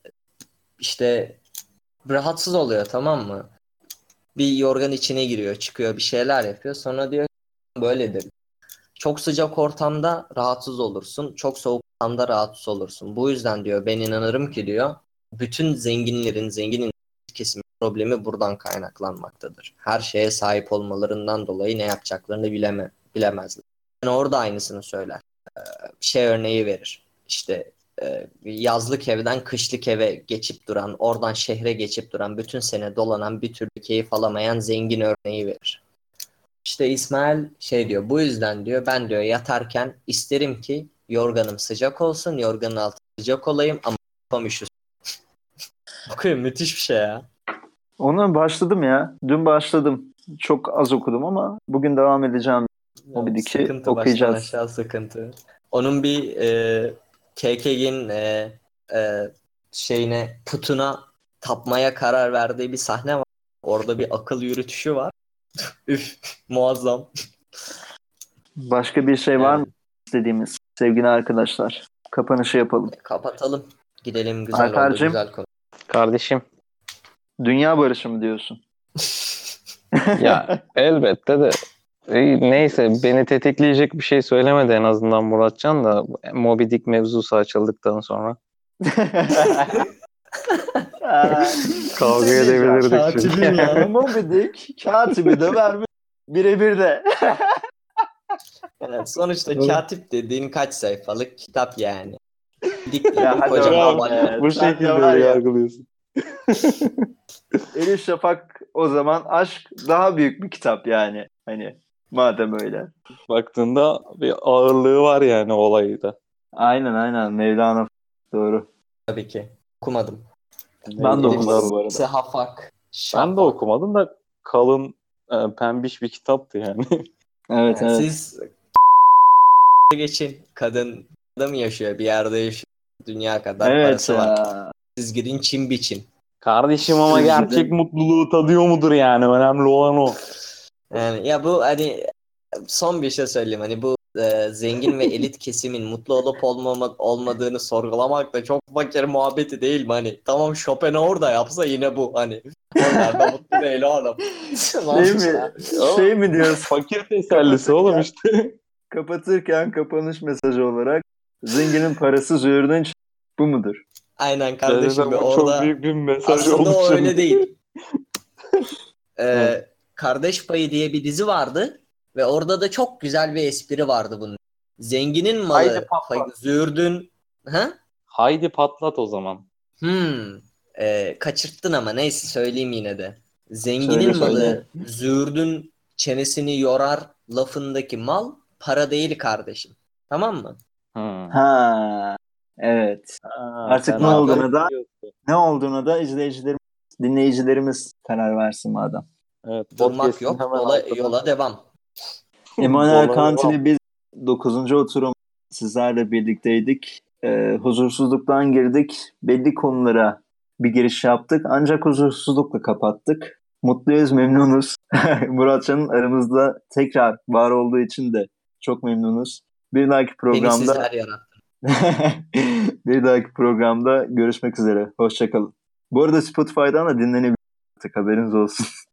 işte rahatsız oluyor, tamam mı? Bir yorgan içine giriyor, çıkıyor, bir şeyler yapıyor. Sonra diyor böyledir. Çok sıcak ortamda rahatsız olursun. Çok soğuk ortamda rahatsız olursun. Bu yüzden diyor ben inanırım ki diyor bütün zenginlerin, zenginin kesimi problemi buradan kaynaklanmaktadır. Her şeye sahip olmalarından dolayı ne yapacaklarını bileme, bilemezler. Yani orada aynısını söyler. Ee, şey örneği verir. İşte e, yazlık evden kışlık eve geçip duran, oradan şehre geçip duran, bütün sene dolanan, bir türlü keyif alamayan zengin örneği verir. İşte İsmail şey diyor, bu yüzden diyor ben diyor yatarken isterim ki yorganım sıcak olsun, yorganın altı sıcak olayım ama kafam üşüsün. Bakıyorum, müthiş bir şey ya. Ona başladım ya. Dün başladım. Çok az okudum ama bugün devam edeceğim. Moby Dick'i Sıkıntı, okuyacağız. baştan aşağı sıkıntı. Onun bir e, K K G'nin e, e, şeyine, putuna tapmaya karar verdiği bir sahne var. Orada bir akıl yürütüşü var. Üf, muazzam. Başka bir şey var Evet. mı istediğimiz sevgili arkadaşlar? Kapanışı yapalım. Kapatalım. Gidelim, güzel oldu, Alper'cim. güzel konu. Kardeşim. Dünya barışı mı diyorsun? Ya elbette de e, neyse, beni tetikleyecek bir şey söylemedi en azından Muratcan da Moby Dick mevzusu açıldıktan sonra. Kavga edebilirdik Katibim çünkü. ya. Moby Dick katibi de vermiş. Birebir de. Evet, sonuçta Evet. katip dediğin kaç sayfalık kitap yani. Dik dediğin Ya hadi kocaman oğlum, balya. Bu Sen de şekilde var ya. yargılıyorsun. Elif Şafak o zaman aşk daha büyük bir kitap yani. Hani madem öyle. Baktığında bir ağırlığı var yani olayda. Aynen aynen Mevlana. Doğru. Tabii ki. Okumadım. Ben de Elif okumadım bu arada. Sehafak. Ben de okumadım da kalın, e, pembiş bir kitaptı yani. Evet Yani evet. siz geçin. Kadın da mı yaşıyor? Bir yerde yaşıyor. Dünya kadar Evet parası var. ya. Siz gidin çim biçin. Kardeşim ama Siz bir gerçek de- mutluluğu tadıyor mudur yani? Önemli olan o. Yani ya bu hani son bir şey söyleyeyim. Hani bu e, zengin ve elit kesimin mutlu olup olmama, olmadığını sorgulamak da çok fakir muhabbeti değil mi? Hani tamam, Schopenhauer da yapsa yine bu hani. Onlar da mutlu değil o adam. Şey mi, şey mi diyorsun? Fakir tesellisi oğlum işte. Kapatırken kapanış mesajı olarak zenginin parası züğürdün ç- bu mudur? Aynen kardeşim, Dedim, bir o çok orada büyük bir mesaj aslında oldu o şimdi. öyle değil. Ee, Evet. Kardeş Payı diye bir dizi vardı ve orada da çok güzel bir espri vardı bunun. Zenginin Haydi malı, patlat. fa- züğürdün. Ha? Haydi patlat o zaman. Hmm. Ee, kaçırttın ama neyse söyleyeyim yine de. Zenginin Söyle, malı, söyle. züğürdün çenesini yorar lafındaki mal para değil kardeşim. Tamam mı? Hmm. Ha, evet. Ha, Artık sen ne artık olduğuna da biliyorsun. ne olduğuna da izleyicilerimiz, dinleyicilerimiz karar versin madem. Evet, Durmak podcast'in yok. hemen Dola, altına- yola devam. Immanuel Dolar Kant devam. ile biz dokuzuncu oturum sizlerle birlikteydik. Ee, huzursuzluktan girdik. Belli konulara bir giriş yaptık. Ancak huzursuzlukla kapattık. Mutluyuz, memnunuz. Muratcan'ın aramızda tekrar var olduğu için de çok memnunuz. Bir dahaki Beni programda sizler yarattı. bir dahaki programda görüşmek üzere. Hoşçakalın. Bu arada Spotify'dan da dinlenebilir artık, haberiniz olsun.